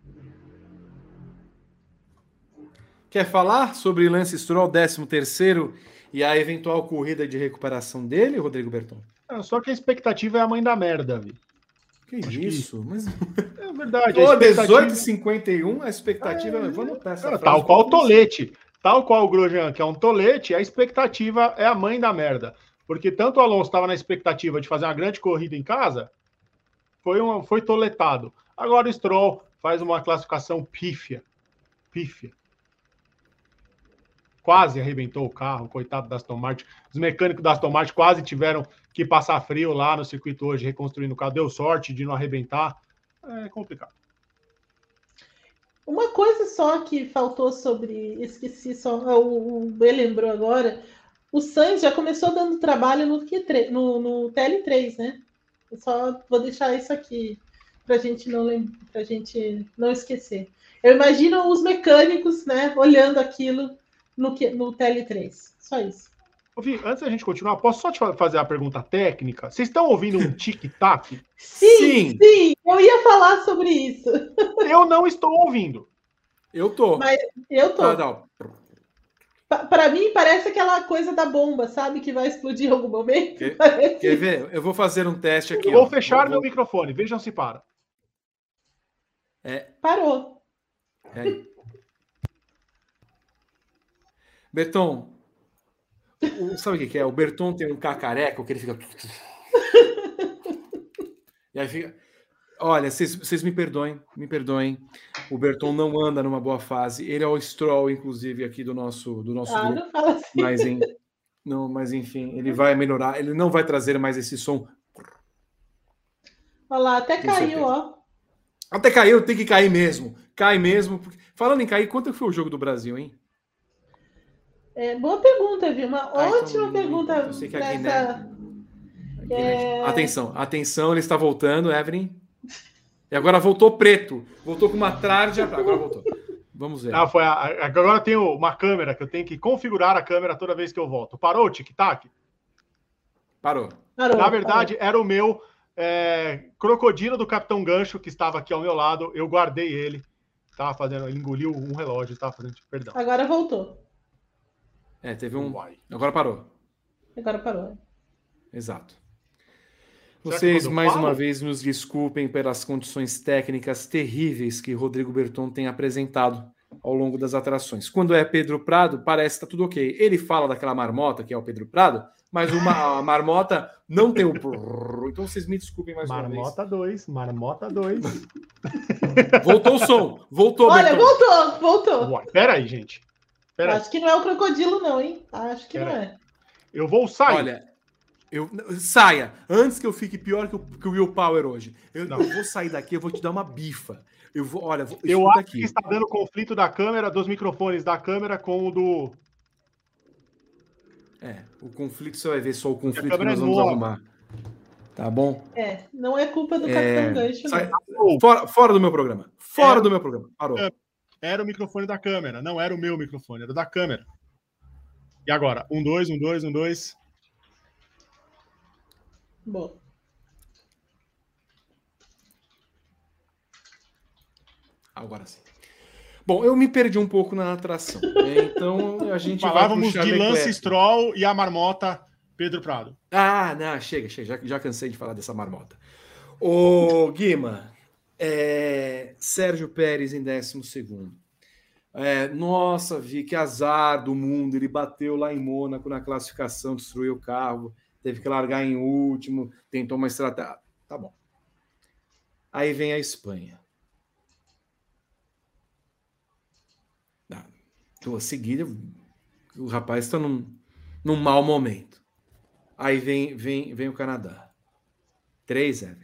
Quer falar sobre Lance Stroll, décimo terceiro, e a eventual corrida de recuperação dele, Rodrigo Berton? É, só que a expectativa é a mãe da merda, Vi. Que acho isso? Que... Mas... É verdade. Pô, expectativa... dezoito e cinquenta e um, a expectativa... É... Vou anotar essa Cara, tal qual o tolete. Tal qual o Grosjean, que é um tolete, a expectativa é a mãe da merda. Porque tanto o Alonso estava na expectativa de fazer uma grande corrida em casa, foi, uma, foi toletado. Agora o Stroll faz uma classificação pífia. Pífia. Quase arrebentou o carro, coitado da Aston Martin. Os mecânicos da Aston Martin quase tiveram que passar frio lá no circuito hoje, reconstruindo o carro. Deu sorte de não arrebentar. É complicado. Uma coisa só que faltou sobre... Esqueci só, o, o B lembrou agora. O Sainz já começou dando trabalho no, Q três, no, no T L três, né? Eu só vou deixar isso aqui para a gente não pra gente não esquecer. Eu imagino os mecânicos, né, olhando aquilo no, no T L três. Só isso. Ô, Vi, antes da gente continuar, posso só te fazer a pergunta técnica? Vocês estão ouvindo um tic-tac? Sim, sim, sim, eu ia falar sobre isso. Eu não estou ouvindo. Eu tô. Mas eu tô. Ah, não. Para mim, parece aquela coisa da bomba, sabe? Que vai explodir em algum momento. Quer, quer ver? Eu vou fazer um teste aqui. Eu vou ó. fechar vou, meu microfone. Vejam se para. É. Parou. É. Berton, o, sabe o que, que é? O Berton tem um cacareco que ele fica... E aí fica... Olha, vocês me perdoem, me perdoem. O Berton não anda numa boa fase. Ele é o Stroll, inclusive, aqui do nosso, do nosso ah, grupo. Não fala assim. Mas, em, não, mas, enfim, ele vai melhorar. Ele não vai trazer mais esse som. Olha lá, até caiu, certeza. Ó. Até caiu, tem que cair mesmo. Cai mesmo. Porque... Falando em cair, quanto foi o jogo do Brasil, hein? É, boa pergunta, viu? Uma ah, ótima então, pergunta. Eu sei que a Guiné... Nessa... É... Atenção, atenção, ele está voltando, Evelyn. E agora voltou preto. Voltou com uma tarja. Agora voltou. Vamos ver. Ah, foi a... Agora eu tenho uma câmera que eu tenho que configurar a câmera toda vez que eu volto. Parou o tic-tac? Parou. Parou. Na verdade, parou. Era o meu é... crocodilo do Capitão Gancho que estava aqui ao meu lado. Eu guardei ele. Estava fazendo... Ele engoliu um relógio. Estava fazendo... Perdão. Agora voltou. É, teve um... Agora parou. Agora parou. Exato. Vocês, mais falo? uma vez, nos desculpem pelas condições técnicas terríveis que Rodrigo Berton tem apresentado ao longo das atrações. Quando é Pedro Prado, parece que está tudo ok. Ele fala daquela marmota, que é o Pedro Prado, mas uma, a marmota não tem o... Então vocês me desculpem mais marmota uma vez. Marmota dois, Marmota dois. Voltou o som, voltou. Olha, Bertão. voltou, voltou. Ué, pera aí, gente. Pera Acho aí. que não é o crocodilo não, hein? Acho que pera não é. Eu vou sair. Olha, eu, saia, antes que eu fique pior que o, que o Will Power hoje. Eu, eu vou sair daqui, eu vou te dar uma bifa. Eu vou, olha, vou, eu acho aqui. que está dando conflito da câmera, dos microfones da câmera com o do... É, o conflito você vai ver só o conflito que nós vamos é arrumar. Tá bom? É, não é culpa do é... Capitão Gancho, sai, não. Fora, fora do meu programa. Fora era do meu programa. Parou. Era o microfone da câmera, não era o meu microfone, era o da câmera. E agora? Um, dois, um, dois, um, dois. Bom. Agora sim. Bom, eu me perdi um pouco na atração. Né? Então a gente falávamos vai de Lance Stroll e a marmota Pedro Prado. Ah, não, chega, chega. Já, já cansei de falar dessa marmota. Ô, Guima, é, Sérgio Pérez em décimo segundo. É, nossa, vi que azar do mundo. Ele bateu lá em Mônaco na classificação, destruiu o carro, teve que largar em último, tentou uma estratégia. Tá bom. Aí vem a Espanha. A seguida, o rapaz está num, num mau momento. Aí vem, vem, vem o Canadá. Três, Evelyn.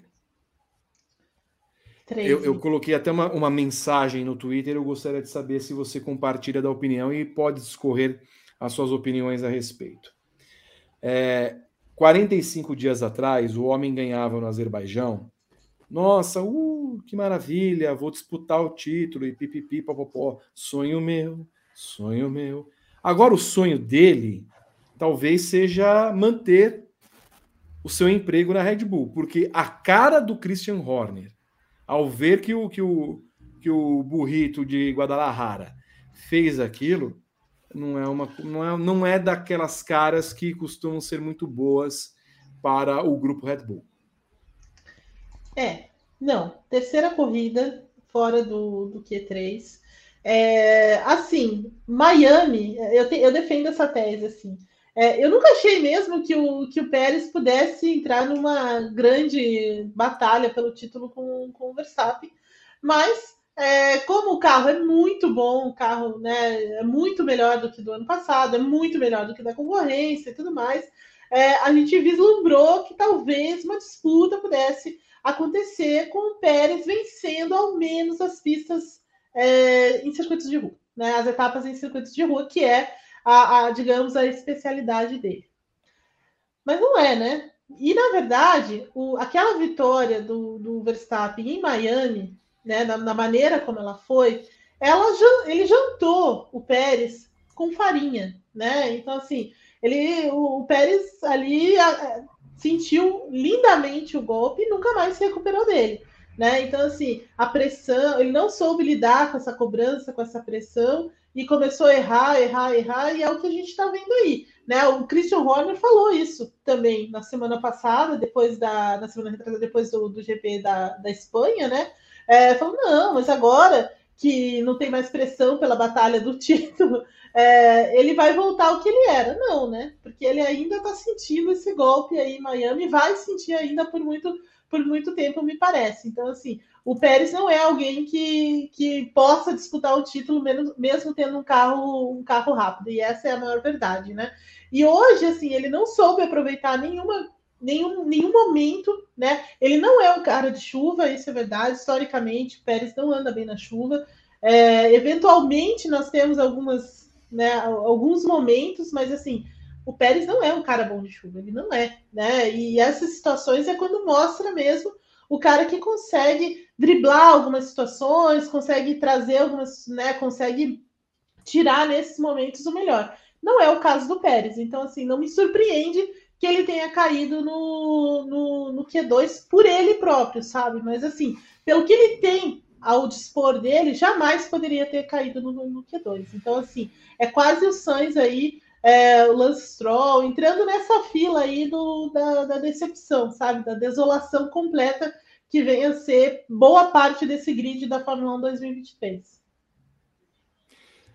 Três. Eu, eu coloquei até uma, uma mensagem no Twitter. Eu gostaria de saber se você compartilha da opinião e pode discorrer as suas opiniões a respeito. É, quarenta e cinco dias atrás, o homem ganhava no Azerbaijão. Nossa, uh, que maravilha, vou disputar o título e pipipi, popopó. Sonho meu. Sonho meu. Agora, o sonho dele talvez seja manter o seu emprego na Red Bull, porque a cara do Christian Horner, ao ver que o, que o, que o burrito de Guadalajara fez aquilo, não é, uma, não, é, não é daquelas caras que costumam ser muito boas para o grupo Red Bull. É, não. Terceira corrida fora do, do Q três. É, assim, Miami, eu, te, eu defendo essa tese, assim. É, eu nunca achei mesmo que o, que o Pérez pudesse entrar numa grande batalha pelo título com, com o Verstappen, mas é, como o carro é muito bom, o carro, né, é muito melhor do que do ano passado, é muito melhor do que da concorrência e tudo mais, é, a gente vislumbrou que talvez uma disputa pudesse acontecer com o Pérez vencendo ao menos as pistas É, em circuitos de rua, né? As etapas em circuitos de rua, que é, a, a, digamos, a especialidade dele. Mas não é, né? E, na verdade, o, aquela vitória do, do Verstappen em Miami, né, na, na maneira como ela foi, ela, ele jantou o Pérez com farinha, né? Então, assim, ele, o, o Pérez ali a, sentiu lindamente o golpe e nunca mais se recuperou dele. Né? Então, assim, a pressão, ele não soube lidar com essa cobrança, com essa pressão, e começou a errar, errar, errar, e é o que a gente está vendo aí. Né? O Christian Horner falou isso também na semana passada, depois da na semana retrasada, depois do, do G P da, da Espanha, né? É, falou, não, mas agora que não tem mais pressão pela batalha do título, é, ele vai voltar ao que ele era. Não, né? Porque ele ainda está sentindo esse golpe aí em Miami, vai sentir ainda por muito por muito tempo, me parece. Então, assim, o Pérez não é alguém que, que possa disputar o título mesmo, mesmo tendo um carro, um carro rápido, e essa é a maior verdade, né? E hoje, assim, ele não soube aproveitar nenhuma, nenhum, nenhum momento, né? Ele não é um cara de chuva, isso é verdade, historicamente, o Pérez não anda bem na chuva. É, eventualmente, nós temos algumas, né, alguns momentos, mas, assim, o Pérez não é um cara bom de chuva, ele não é, né? E essas situações é quando mostra mesmo o cara que consegue driblar algumas situações, consegue trazer algumas, né? Consegue tirar nesses momentos o melhor. Não é o caso do Pérez, então assim, não me surpreende que ele tenha caído no, no, no Q dois por ele próprio, sabe? Mas assim, pelo que ele tem ao dispor dele, jamais poderia ter caído no, no Q dois. Então assim, é quase o Sainz aí. É, o Lance Stroll, entrando nessa fila aí do, da, da decepção, sabe? Da desolação completa que vem a ser boa parte desse grid da Fórmula um dois mil e vinte e três.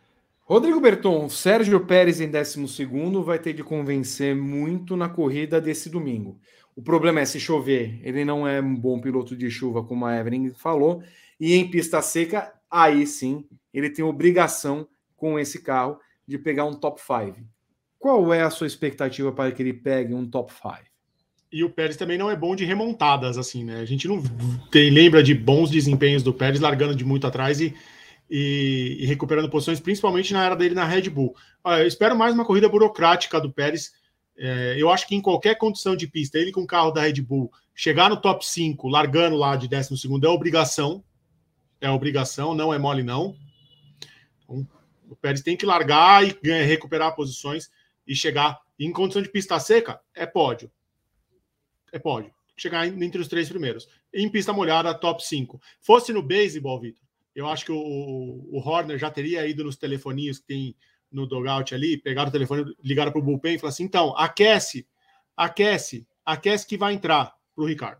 Rodrigo Berton, Sérgio Pérez em décimo segundo vai ter de convencer muito na corrida desse domingo. O problema é se chover, ele não é um bom piloto de chuva, como a Evelyn falou, e em pista seca, aí sim, ele tem obrigação com esse carro de pegar um top cinco. Qual é a sua expectativa para que ele pegue um top cinco? E o Pérez também não é bom de remontadas, assim, né? A gente não tem, lembra de bons desempenhos do Pérez largando de muito atrás e, e, e recuperando posições, principalmente na era dele na Red Bull. Olha, eu espero mais uma corrida burocrática do Pérez. É, eu acho que em qualquer condição de pista, ele com o carro da Red Bull, chegar no top cinco, largando lá de décimo segundo, é obrigação. É obrigação, não é mole, não. Então, o Pérez tem que largar e ganhar, recuperar posições e chegar em condição de pista seca, é pódio. É pódio. Chegar entre os três primeiros. Em pista molhada, top cinco. Fosse no baseball, Vitor, eu acho que o, o Horner já teria ido nos telefoninhos que tem no dugout ali, pegaram o telefone, ligaram para o bullpen e falaram assim, então, aquece, aquece, aquece que vai entrar para o Ricardo.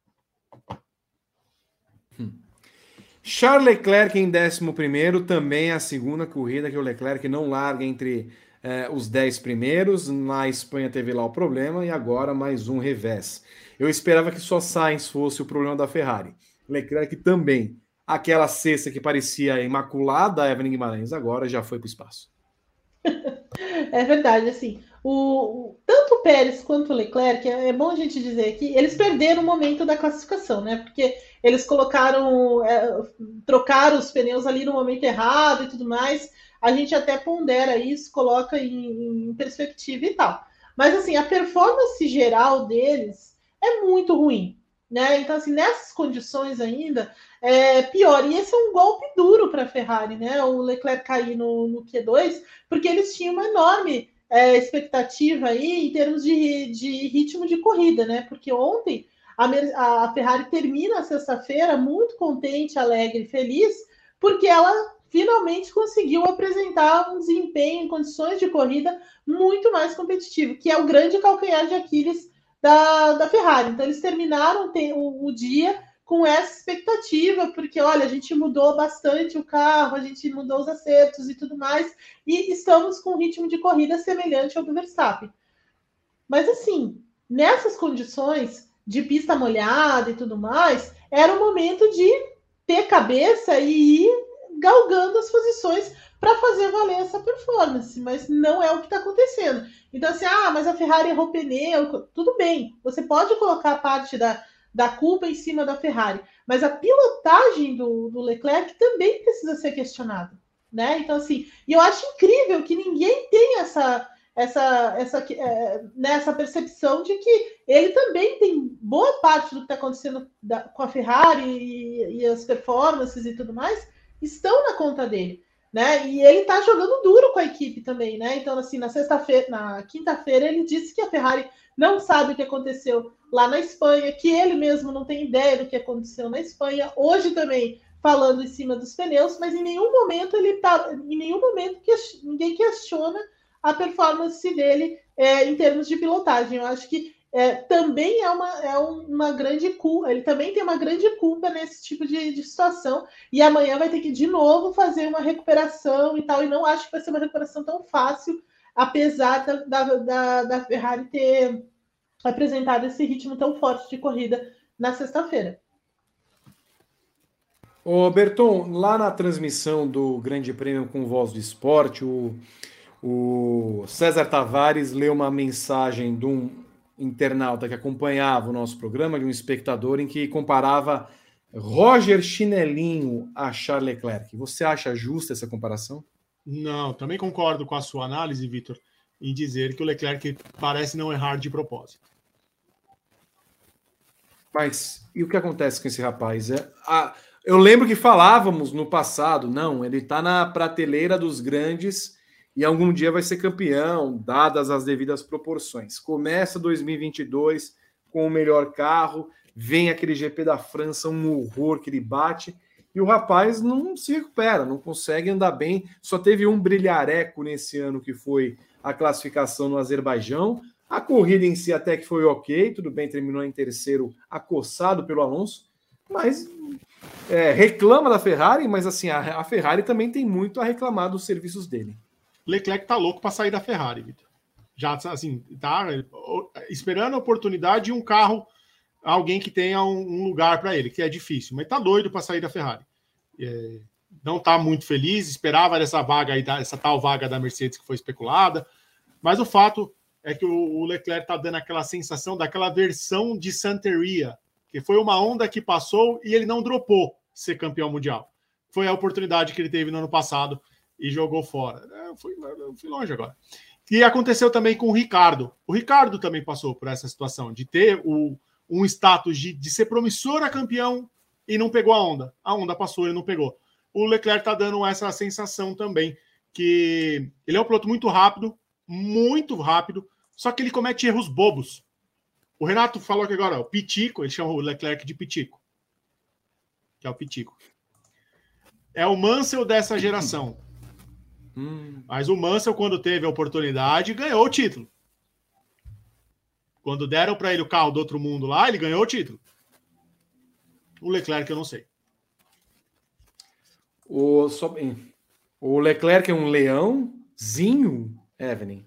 Hum. Charles Leclerc em décimo primeiro, também a segunda corrida que o Leclerc não larga entre eh, os dez primeiros. Na Espanha teve lá o problema e agora mais um revés. Eu esperava que só Sainz fosse o problema da Ferrari. Leclerc também. Aquela cesta que parecia imaculada, a Evelyn Guimarães, agora já foi para o espaço. É verdade, assim, o, o, tanto o Pérez quanto o Leclerc, é, é bom a gente dizer que eles perderam o momento da classificação, né? Porque eles colocaram, é, trocaram os pneus ali no momento errado e tudo mais. A gente até pondera isso, coloca em, em perspectiva e tal. Mas assim, a performance geral deles é muito ruim, né? Então, assim, nessas condições ainda, é pior. E esse é um golpe duro para a Ferrari, né? O Leclerc cair no, no Q dois, porque eles tinham uma enorme é, expectativa aí em termos de, de ritmo de corrida, né? Porque ontem a, a Ferrari termina a sexta-feira muito contente, alegre, feliz, porque ela finalmente conseguiu apresentar um desempenho em condições de corrida muito mais competitivo, que é o grande calcanhar de Aquiles da, da Ferrari. Então, eles terminaram o, o dia com essa expectativa, porque, olha, a gente mudou bastante o carro, a gente mudou os acertos e tudo mais, e estamos com um ritmo de corrida semelhante ao do Verstappen. Mas, assim, nessas condições de pista molhada e tudo mais, era o momento de ter cabeça e ir galgando as posições para fazer valer essa performance, mas não é o que está acontecendo. Então, assim, ah, mas a Ferrari errou pneu, tudo bem, você pode colocar parte da, da culpa em cima da Ferrari, mas a pilotagem do, do Leclerc também precisa ser questionada, né? Então, assim, e eu acho incrível que ninguém tem essa essa essa é, nessa percepção de que ele também tem boa parte do que está acontecendo da, com a Ferrari e, e as performances e tudo mais estão na conta dele, né? E ele tá jogando duro com a equipe também, né? Então, assim, na sexta-feira, na quinta-feira, ele disse que a Ferrari não sabe o que aconteceu lá na Espanha, que ele mesmo não tem ideia do que aconteceu na Espanha. Hoje também falando em cima dos pneus, mas em nenhum momento ele tá, em nenhum momento que ninguém questiona a performance dele é, em termos de pilotagem. Eu acho que é, também é uma, é uma grande culpa, ele também tem uma grande culpa nesse tipo de, de situação, e amanhã vai ter que de novo fazer uma recuperação e tal, e não acho que vai ser uma recuperação tão fácil, apesar da, da, da, da Ferrari ter apresentado esse ritmo tão forte de corrida na sexta-feira. Ô Berton, lá na transmissão do Grande Prêmio com Voz do Esporte, o, o César Tavares leu uma mensagem de um internauta que acompanhava o nosso programa, de um espectador, em que comparava Roger Chinelinho a Charles Leclerc. Você acha justa essa comparação? Não, também concordo com a sua análise, Vitor, em dizer que o Leclerc parece não errar de propósito. Mas e o que acontece com esse rapaz? É, a, eu lembro que falávamos no passado, não, ele está na prateleira dos grandes e algum dia vai ser campeão, dadas as devidas proporções. Começa dois mil e vinte e dois com o melhor carro, vem aquele G P da França, um horror que ele bate, e o rapaz não se recupera, não consegue andar bem. Só teve um brilhareco nesse ano, que foi a classificação no Azerbaijão. A corrida em si até que foi ok, tudo bem, terminou em terceiro, acossado pelo Alonso, mas é, reclama da Ferrari, mas assim, a, a Ferrari também tem muito a reclamar dos serviços dele. Leclerc tá louco para sair da Ferrari, Vitor. Já, assim, tá esperando a oportunidade de um carro, alguém que tenha um, um lugar para ele, que é difícil, mas tá doido para sair da Ferrari. É, não tá muito feliz, esperava essa vaga aí, essa tal vaga da Mercedes que foi especulada, mas o fato é que o, o Leclerc tá dando aquela sensação daquela versão de Santeria, que foi uma onda que passou e ele não dropou ser campeão mundial. Foi a oportunidade que ele teve no ano passado e jogou fora. Eu fui, eu fui longe agora. E aconteceu também com o Ricardo. O Ricardo também passou por essa situação de ter o, um status de, de ser promissor a campeão e não pegou a onda. A onda passou e não pegou. O Leclerc está dando essa sensação também, que ele é um piloto muito rápido, muito rápido, só que ele comete erros bobos. O Renato falou aqui agora, ó, o Pitico, ele chama o Leclerc de Pitico, que é o Pitico. É o Mansell dessa geração. Hum. Mas o Mansell, quando teve a oportunidade, ganhou o título. Quando deram para ele o carro do outro mundo lá, ele ganhou o título. O Leclerc eu não sei. O, só, o Leclerc é um leãozinho, Evelyn?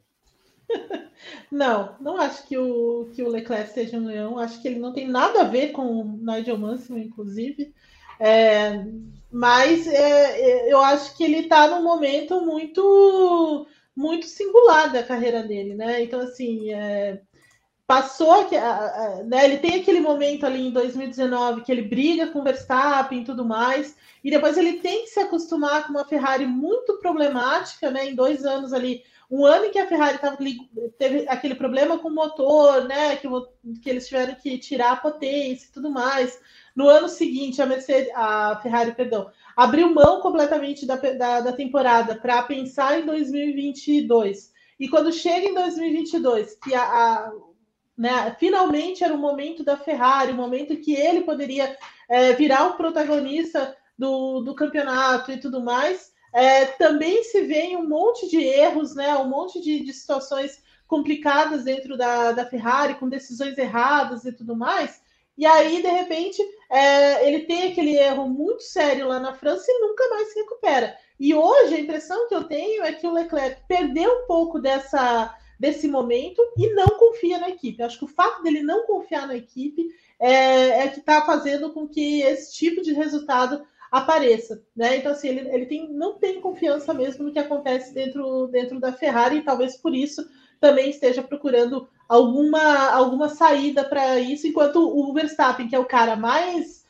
Não, não acho que o, que o Leclerc seja um leão. Acho que ele não tem nada a ver com o Nigel Mansell, inclusive. É, mas é, eu acho que ele está num momento muito, muito singular da carreira dele, né? Então, assim, é, passou, que, né, ele tem aquele momento ali em dois mil e dezenove que ele briga com o Verstappen e tudo mais, e depois ele tem que se acostumar com uma Ferrari muito problemática, né? Em dois anos ali, um ano em que a Ferrari tava, teve aquele problema com o motor, né? Que, que eles tiveram que tirar a potência e tudo mais. No ano seguinte, a Mercedes, a Ferrari, perdão, abriu mão completamente da, da, da temporada para pensar em dois mil e vinte e dois. E quando chega em dois mil e vinte e dois, que a, a né, finalmente era o momento da Ferrari, o momento que ele poderia é, virar o protagonista do, do campeonato e tudo mais, é, também se vê um monte de erros, né, um monte de, de situações complicadas dentro da, da Ferrari, com decisões erradas e tudo mais. E aí, de repente, é, ele tem aquele erro muito sério lá na França e nunca mais se recupera. E hoje, a impressão que eu tenho é que o Leclerc perdeu um pouco dessa, desse momento e não confia na equipe. Eu acho que o fato dele não confiar na equipe é, é que está fazendo com que esse tipo de resultado apareça, né? Então, assim, ele, ele tem, não tem confiança mesmo no que acontece dentro, dentro da Ferrari e talvez por isso também esteja procurando alguma, alguma saída para isso, enquanto o Verstappen, que é o cara mais,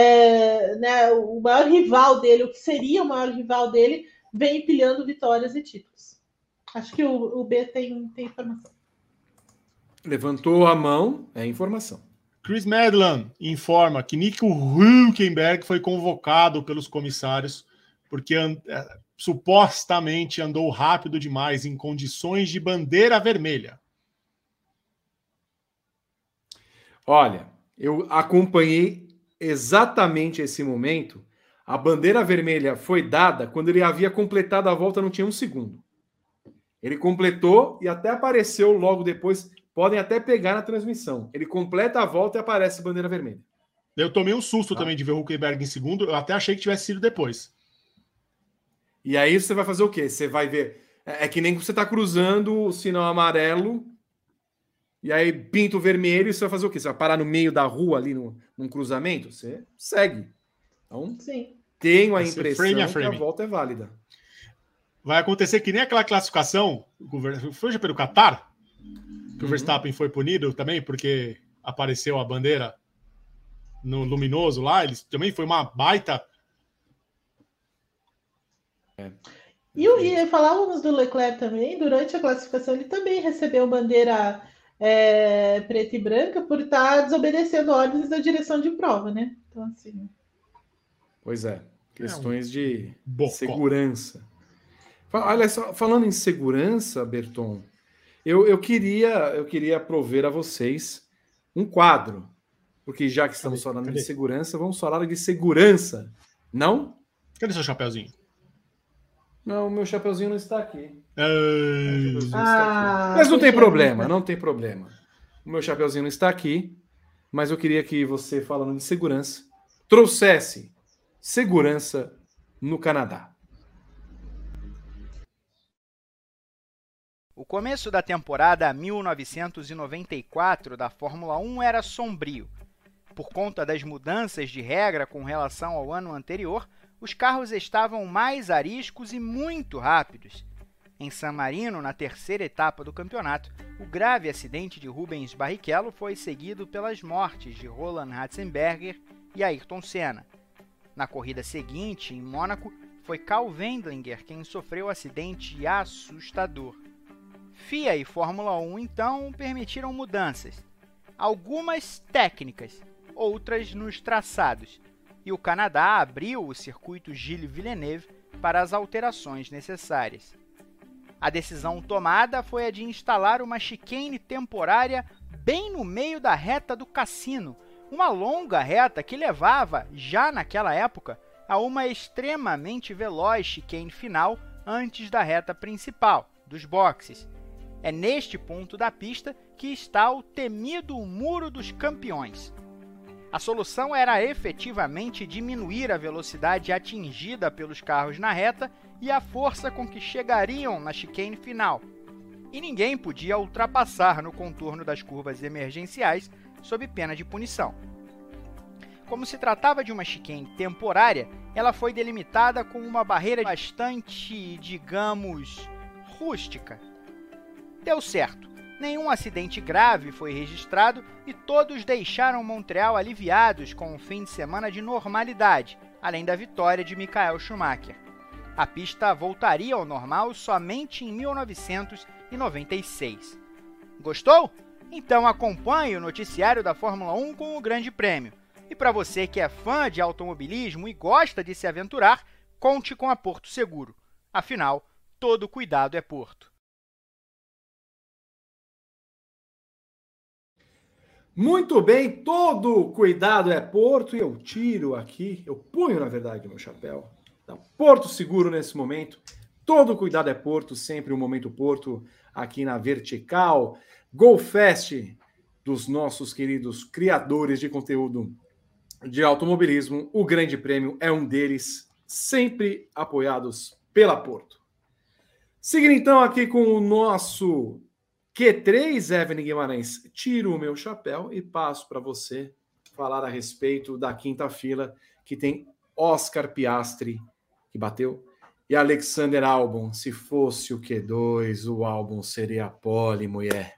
é, né, o maior rival dele, o que seria o maior rival dele, vem empilhando vitórias e títulos. Acho que o, o B tem, tem informação. Levantou a mão, é informação. Chris Medland informa que Nico Hülkenberg foi convocado pelos comissários porque and, é, supostamente andou rápido demais em condições de bandeira vermelha. Olha, eu acompanhei exatamente esse momento. A bandeira vermelha foi dada quando ele havia completado a volta, não tinha um segundo. Ele completou e até apareceu logo depois. Podem até pegar na transmissão. Ele completa a volta e aparece bandeira vermelha. Eu tomei um susto tá. também de ver o Hülkenberg em segundo. Eu até achei que tivesse sido depois. E aí você vai fazer o quê? Você vai ver... É que nem você está cruzando o sinal amarelo e aí pinta o vermelho e você vai fazer o quê? Você vai parar no meio da rua ali no, num cruzamento? Você segue. Então, Sim. tenho a vai impressão frame a frame. que a volta é válida. Vai acontecer que nem aquela classificação... Foi pelo Qatar? Que o Verstappen uhum. foi punido também porque apareceu a bandeira no luminoso lá, eles também foi uma baita. É. E, e falávamos do Leclerc também, durante a classificação ele também recebeu bandeira é, preta e branca por estar desobedecendo ordens da direção de prova, né? Então, assim. Pois é, questões é um de bocó. segurança. Olha só, falando em segurança, Berton. Eu, eu, queria, eu queria prover a vocês um quadro, porque já que estamos Cadê? falando Cadê? de segurança, vamos falar de segurança, não? Cadê seu chapeuzinho? Não, meu chapeuzinho não está aqui. É... Ah, aqui. Mas não tem problema, não tem problema. O meu chapeuzinho não está aqui, mas eu queria que você, falando de segurança, trouxesse segurança no Canadá. O começo da temporada mil novecentos e noventa e quatro da Fórmula um era sombrio. Por conta das mudanças de regra com relação ao ano anterior, os carros estavam mais ariscos e muito rápidos. Em San Marino, na terceira etapa do campeonato, o grave acidente de Rubens Barrichello foi seguido pelas mortes de Roland Ratzenberger e Ayrton Senna. Na corrida seguinte, em Mônaco, foi Karl Wendlinger quem sofreu um acidente assustador. F I A e Fórmula um, então, permitiram mudanças, algumas técnicas, outras nos traçados, e o Canadá abriu o circuito Gilles Villeneuve para as alterações necessárias. A decisão tomada foi a de instalar uma chicane temporária bem no meio da reta do cassino, uma longa reta que levava, já naquela época, a uma extremamente veloz chicane final antes da reta principal, dos boxes. É neste ponto da pista que está o temido Muro dos Campeões. A solução era efetivamente diminuir a velocidade atingida pelos carros na reta e a força com que chegariam na chicane final. E ninguém podia ultrapassar no contorno das curvas emergenciais sob pena de punição. Como se tratava de uma chicane temporária, ela foi delimitada com uma barreira bastante, digamos, rústica. Deu certo. Nenhum acidente grave foi registrado e todos deixaram Montreal aliviados com um fim de semana de normalidade, além da vitória de Michael Schumacher. A pista voltaria ao normal somente em mil novecentos e noventa e seis. Gostou? Então acompanhe o noticiário da Fórmula um com o Grande Prêmio. E para você que é fã de automobilismo e gosta de se aventurar, conte com a Porto Seguro. Afinal, todo cuidado é Porto. Muito bem, todo cuidado é Porto, e eu tiro aqui, eu punho, na verdade, meu chapéu. Então, Porto Seguro nesse momento, todo cuidado é Porto, sempre o Momento Porto aqui na Vertical. GoFest dos nossos queridos criadores de conteúdo de automobilismo, o Grande Prêmio é um deles, sempre apoiados pela Porto. Seguindo então aqui com o nosso Q três, Evelyn Guimarães, tiro o meu chapéu e passo para você falar a respeito da quinta fila, que tem Oscar Piastri, que bateu, e Alexander Albon. Se fosse o Q dois, o Albon seria a pole, mulher.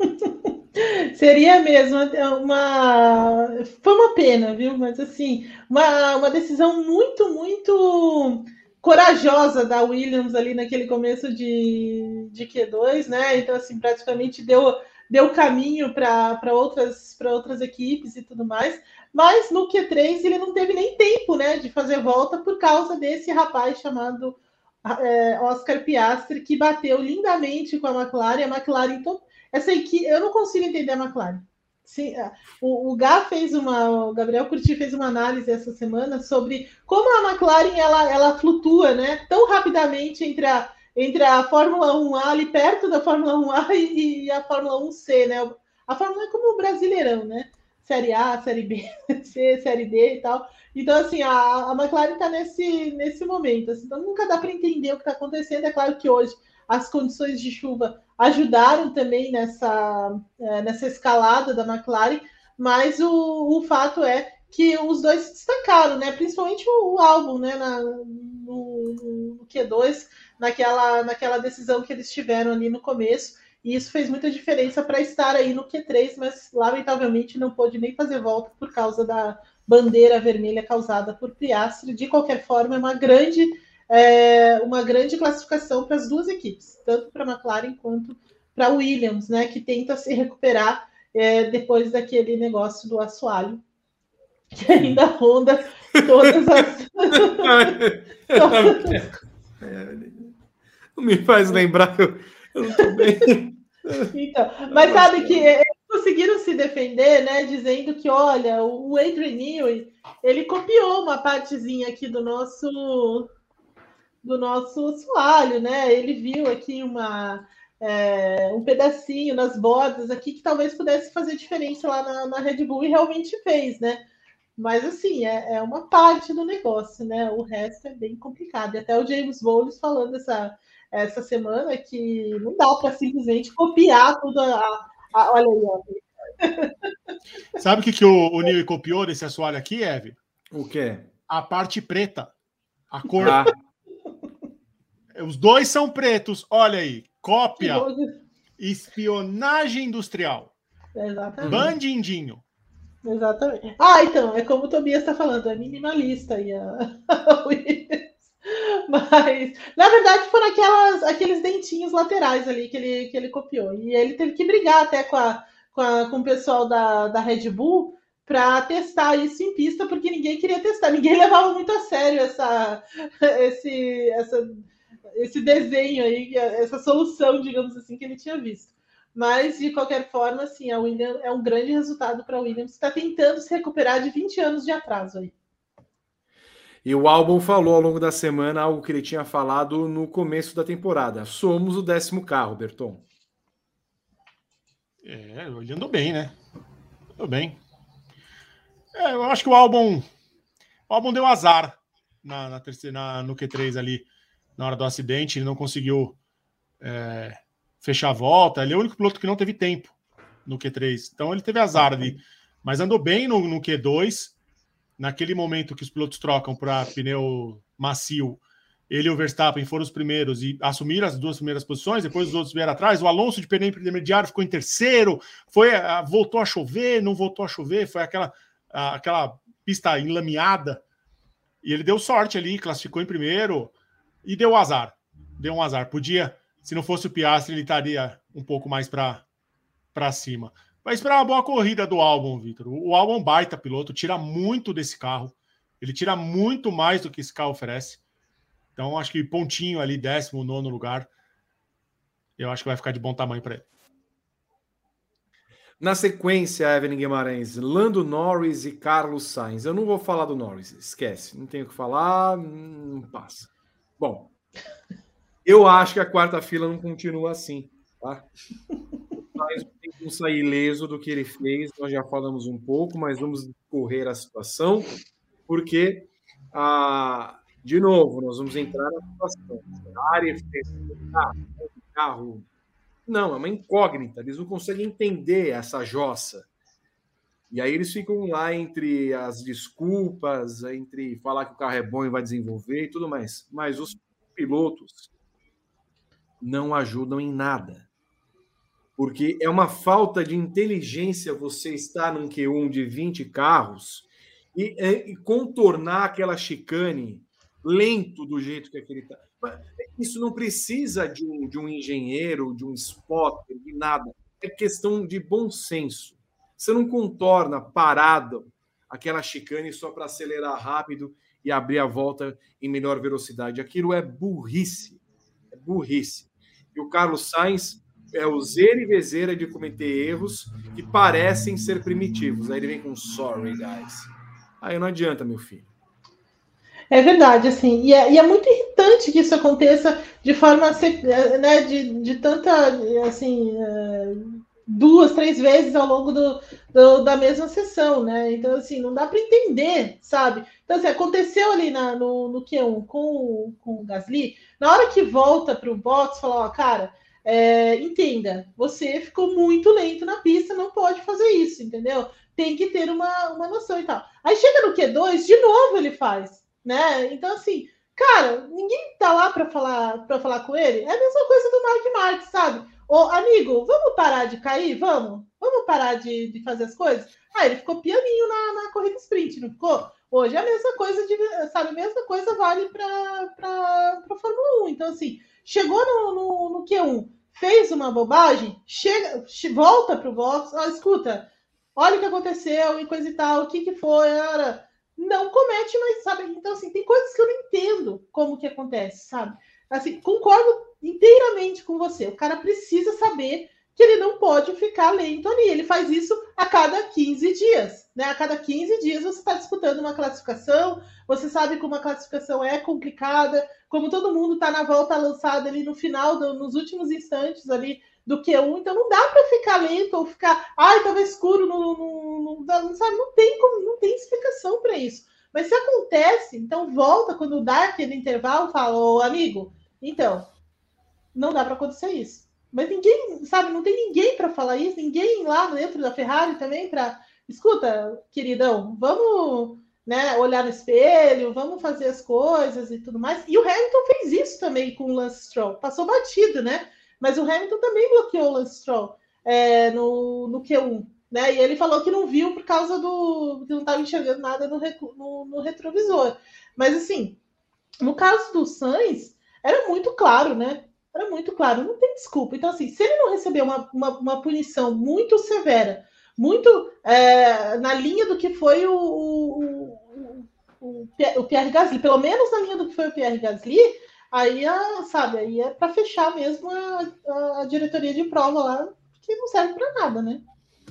Seria mesmo uma... Foi uma pena, viu? Mas, assim, uma, uma decisão muito, muito corajosa da Williams ali naquele começo de, de Q dois, né? Então, assim, praticamente deu, deu caminho para outras, para outras equipes e tudo mais. Mas no Q três ele não teve nem tempo, né, de fazer volta por causa desse rapaz chamado é, Oscar Piastri, que bateu lindamente com a McLaren. A McLaren, então, essa equipe, eu não consigo entender a McLaren. Sim, o, o Gá fez uma, o Gabriel Curti fez uma análise essa semana sobre como a McLaren ela, ela flutua, né, tão rapidamente entre a, entre a Fórmula um A, ali perto da Fórmula um A e, e a Fórmula um C, né? A Fórmula um é como o Brasileirão, né? Série A, Série B, C, Série D e tal. Então, assim, a, a McLaren está nesse, nesse momento. Assim, então, nunca dá para entender o que está acontecendo. É claro que hoje as condições de chuva ajudaram também nessa, é, nessa escalada da McLaren, mas o, o fato é que os dois se destacaram, né? Principalmente o, o Albon, né? Na, no, no Q dois, naquela, naquela decisão que eles tiveram ali no começo. E isso fez muita diferença para estar aí no Q três, mas lamentavelmente não pôde nem fazer volta por causa da bandeira vermelha causada por Piastri. De qualquer forma, é uma grande, é, uma grande classificação para as duas equipes, tanto para a McLaren quanto para a Williams, né, que tenta se recuperar é, depois daquele negócio do assoalho, que ainda ronda todas as... Não me faz lembrar que eu, eu não estou bem. Então, mas sabe que eles conseguiram se defender, né, dizendo que, olha, o Adrian Newey, ele copiou uma partezinha aqui do nosso do nosso assoalho, né? Ele viu aqui uma, é, um pedacinho nas bordas aqui que talvez pudesse fazer diferença lá na, na Red Bull, e realmente fez, né? Mas, assim, é, é uma parte do negócio, né? O resto é bem complicado. E até o James Bowles falando essa, essa semana que não dá para simplesmente copiar tudo. A, a, olha aí, ó. Sabe o que, que o, o Newey copiou desse assoalho aqui, Eve? O quê? A parte preta. A cor. Ah, Os dois são pretos. Olha aí. Cópia. Que Espionagem industrial. Exatamente. Bandindinho. Exatamente. Ah, então, é como o Tobias está falando, é minimalista e a mas, na verdade, foram aquelas, aqueles dentinhos laterais ali que ele, que ele copiou. E ele teve que brigar até com, a, com, a, com o pessoal da, da Red Bull para testar isso em pista, porque ninguém queria testar, ninguém levava muito a sério essa, esse, essa, esse desenho aí, essa solução, digamos assim, que ele tinha visto. Mas, de qualquer forma, assim, a Williams é um grande resultado para a Williams, que está tentando se recuperar de vinte anos de atraso aí. E o Albon falou ao longo da semana algo que ele tinha falado no começo da temporada. Somos o décimo carro, Berton. É, ele andou bem, né? Andou bem. É, eu acho que o Albon, o Albon deu azar na, na terceira, na, no Q três ali, na hora do acidente. Ele não conseguiu é, fechar a volta. Ele é o único piloto que não teve tempo no Q três. Então ele teve azar ali. Mas andou bem no, no Q dois. Naquele momento que os pilotos trocam para pneu macio, ele e o Verstappen foram os primeiros e assumiram as duas primeiras posições, depois os outros vieram atrás. O Alonso de pneu intermediário ficou em terceiro, foi, voltou a chover, não voltou a chover, foi aquela, aquela pista enlameada, e ele deu sorte ali, classificou em primeiro e deu azar. Deu um azar. Podia, se não fosse o Piastri, ele estaria um pouco mais para cima. Vai esperar uma boa corrida do Albon, Vitor. O Albon baita piloto, tira muito desse carro. Ele tira muito mais do que esse carro oferece. Então, acho que pontinho ali, décimo, nono lugar, eu acho que vai ficar de bom tamanho para ele. Na sequência, Evelyn Guimarães, Lando Norris e Carlos Sainz. Eu não vou falar do Norris, esquece. Não tenho o que falar, não passa. Bom, eu acho que a quarta fila não continua assim, tá? Mas tem que sair ileso do que ele fez, nós já falamos um pouco, mas vamos correr a situação, porque, ah, de novo, nós vamos entrar na situação. A área de carro, não, é uma incógnita, eles não conseguem entender essa jossa. E aí eles ficam lá entre as desculpas, entre falar que o carro é bom e vai desenvolver e tudo mais. Mas os pilotos não ajudam em nada. Porque é uma falta de inteligência você estar num Q um de vinte carros e, e contornar aquela chicane lento do jeito que aquele está. Isso não precisa de um, de um engenheiro, de um spotter, de nada. É questão de bom senso. Você não contorna parado aquela chicane só para acelerar rápido e abrir a volta em menor velocidade. Aquilo é burrice. É burrice. E o Carlos Sainz é o zero e vezeira de cometer erros que parecem ser primitivos. Aí ele vem com sorry, guys. Aí não adianta, meu filho. É verdade, assim, e é, e é muito irritante que isso aconteça de forma, né, de, de tanta, assim, duas, três vezes ao longo do, do, da mesma sessão, né? Então, assim, não dá para entender, sabe? Então, assim, aconteceu ali na, no, no Q um com, com o Gasly, na hora que volta para o box, fala, ó, cara, É, entenda, você ficou muito lento na pista, não pode fazer isso, entendeu? Tem que ter uma, uma noção e tal. Aí chega no Q dois, de novo ele faz, né? Então, assim, cara, ninguém tá lá para falar, para falar com ele. É a mesma coisa do Mark Marques, sabe? Ô, amigo, vamos parar de cair? Vamos? Vamos parar de, de fazer as coisas? Ah, ele ficou pianinho na, na corrida sprint, não ficou? Hoje é a mesma coisa, de, sabe? A mesma coisa vale para a Fórmula um. Então, assim, chegou no, no, no Q um, fez uma bobagem, chega, volta para o box, ó, escuta, olha o que aconteceu e coisa e tal, o que, que foi, era, não comete mais, sabe? Então, assim, tem coisas que eu não entendo como que acontece, sabe? Assim, concordo inteiramente com você, o cara precisa saber que ele não pode ficar lento ali, ele faz isso a cada quinze dias, né? A cada quinze dias você está disputando uma classificação, você sabe como a classificação é complicada, como todo mundo está na volta lançada ali no final, do, nos últimos instantes ali do Q um, então não dá para ficar lento ou ficar, ai, estava escuro, não, não, não, sabe? Não tem como, não tem explicação para isso. Mas se acontece, então volta quando dá aquele intervalo, fala, ô amigo, então, não dá para acontecer isso. Mas ninguém, sabe, não tem ninguém para falar isso, ninguém lá dentro da Ferrari também para, escuta, queridão, vamos, né, olhar no espelho, vamos fazer as coisas e tudo mais. E o Hamilton fez isso também com o Lance Stroll, passou batido, né? Mas o Hamilton também bloqueou o Lance Stroll é, no, no Q um, né? E ele falou que não viu por causa do que não estava enxergando nada no, no, no retrovisor. Mas assim, no caso do Sainz, era muito claro, né? Era muito claro, não tem desculpa. Então, assim, se ele não receber uma, uma, uma punição muito severa, muito é, na linha do que foi o, o, o, o Pierre Gasly, pelo menos na linha do que foi o Pierre Gasly, aí, sabe, aí é para fechar mesmo a, a, a diretoria de prova lá, que não serve para nada, né?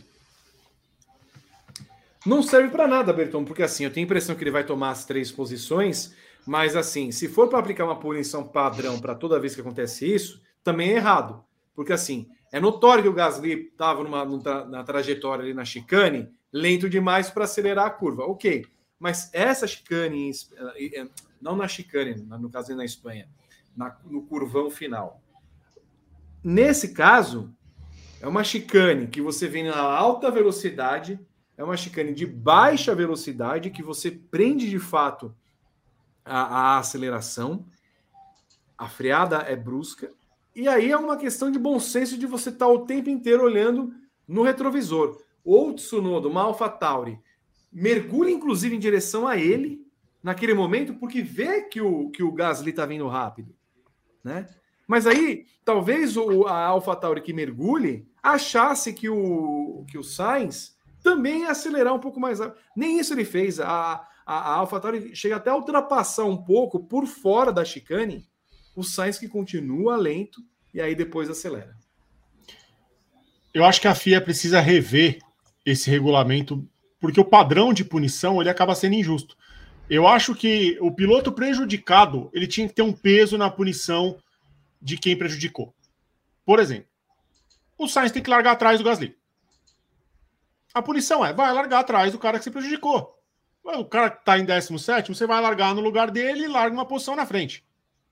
Não serve para nada, Berton, porque assim, eu tenho a impressão que ele vai tomar as três posições, mas assim, se for para aplicar uma punição padrão para toda vez que acontece isso, também é errado. Porque assim, é notório que o Gasly estava numa, numa, na trajetória ali na chicane, lento demais para acelerar a curva. Ok, mas essa chicane, não na chicane, no caso na Espanha, na, no curvão final. Nesse caso, é uma chicane que você vem na alta velocidade, é uma chicane de baixa velocidade que você prende de fato a, a aceleração, a freada é brusca, e aí é uma questão de bom senso de você estar o tempo inteiro olhando no retrovisor. Ou Tsunoda, uma AlphaTauri, mergulha inclusive em direção a ele naquele momento, porque vê que o, que o Gasly está vindo rápido, né? Mas aí, talvez o, a AlphaTauri que mergulhe achasse que o, que o Sainz também ia acelerar um pouco mais rápido. Nem isso ele fez. A, a, a AlphaTauri chega até a ultrapassar um pouco por fora da chicane o Sainz, que continua lento e aí depois acelera. Eu acho que a F I A precisa rever esse regulamento, porque o padrão de punição ele acaba sendo injusto. Eu acho que o piloto prejudicado ele tinha que ter um peso na punição de quem prejudicou. Por exemplo, o Sainz tem que largar atrás do Gasly. A punição é, vai largar atrás do cara que se prejudicou. O cara que está em décimo sétimo, você vai largar no lugar dele e larga uma posição na frente.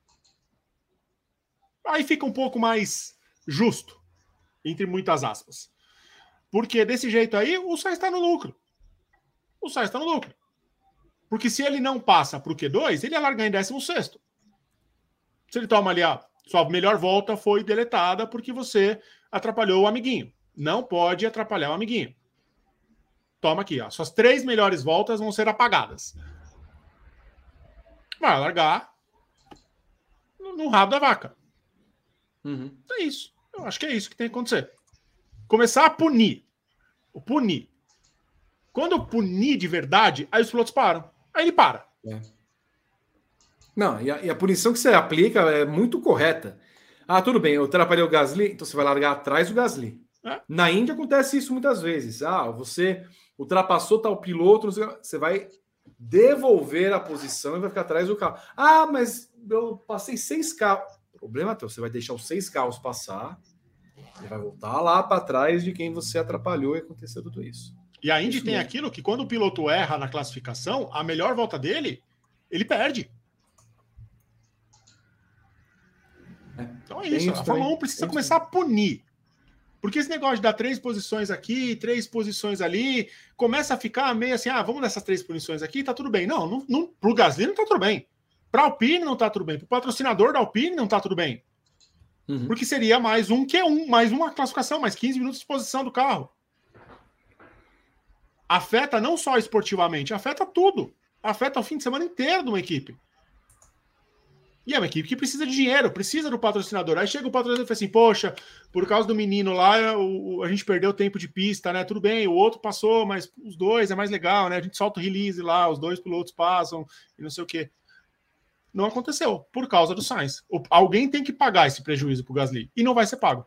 Aí fica um pouco mais justo, entre muitas aspas. Porque desse jeito aí, o Sainz está no lucro. O Sainz está no lucro. Porque se ele não passa para o Q dois, ele ia largar em décimo sexto. Se ele toma ali, a sua melhor volta foi deletada porque você atrapalhou o amiguinho. Não pode atrapalhar o amiguinho. Toma aqui, ó. Suas três melhores voltas vão ser apagadas. Vai largar no, no rabo da vaca. Uhum. É isso. Eu acho que é isso que tem que acontecer. Começar a punir. O punir. Quando punir de verdade, aí os pilotos param. Aí ele para. É. Não, e a, e a punição que você aplica é muito correta. Ah, tudo bem, eu atrapalhei o Gasly, então você vai largar atrás do Gasly. É. Na Índia acontece isso muitas vezes. Ah, você ultrapassou tal piloto, você vai devolver a posição e vai ficar atrás do carro. Ah, mas eu passei seis carros. Problema teu, você vai deixar os seis carros passar e vai voltar lá para trás de quem você atrapalhou e aconteceu tudo isso. E a Indy tem mesmo. Aquilo que quando o piloto erra na classificação, a melhor volta dele, ele perde. É. Então é isso, isso a Fórmula um precisa tem começar isso. a punir. Porque esse negócio de dar três posições aqui, três posições ali, começa a ficar meio assim, ah, vamos nessas três posições aqui, tá tudo bem. Não, não, não pro Gasly não tá tudo bem. Pra Alpine não tá tudo bem. Pro patrocinador da Alpine não tá tudo bem. Uhum. Porque seria mais um Q um, mais uma classificação, mais quinze minutos de exposição do carro. Afeta não só esportivamente, afeta tudo. Afeta o fim de semana inteiro de uma equipe. E é uma equipe que precisa de dinheiro, precisa do patrocinador. Aí chega o patrocinador e fala assim, poxa, por causa do menino lá, o, a gente perdeu tempo de pista, né? Tudo bem, o outro passou, mas os dois é mais legal, né? A gente solta o release lá, os dois pilotos passam e não sei o quê. Não aconteceu, por causa do Sainz. O, alguém tem que pagar esse prejuízo pro Gasly, e não vai ser pago.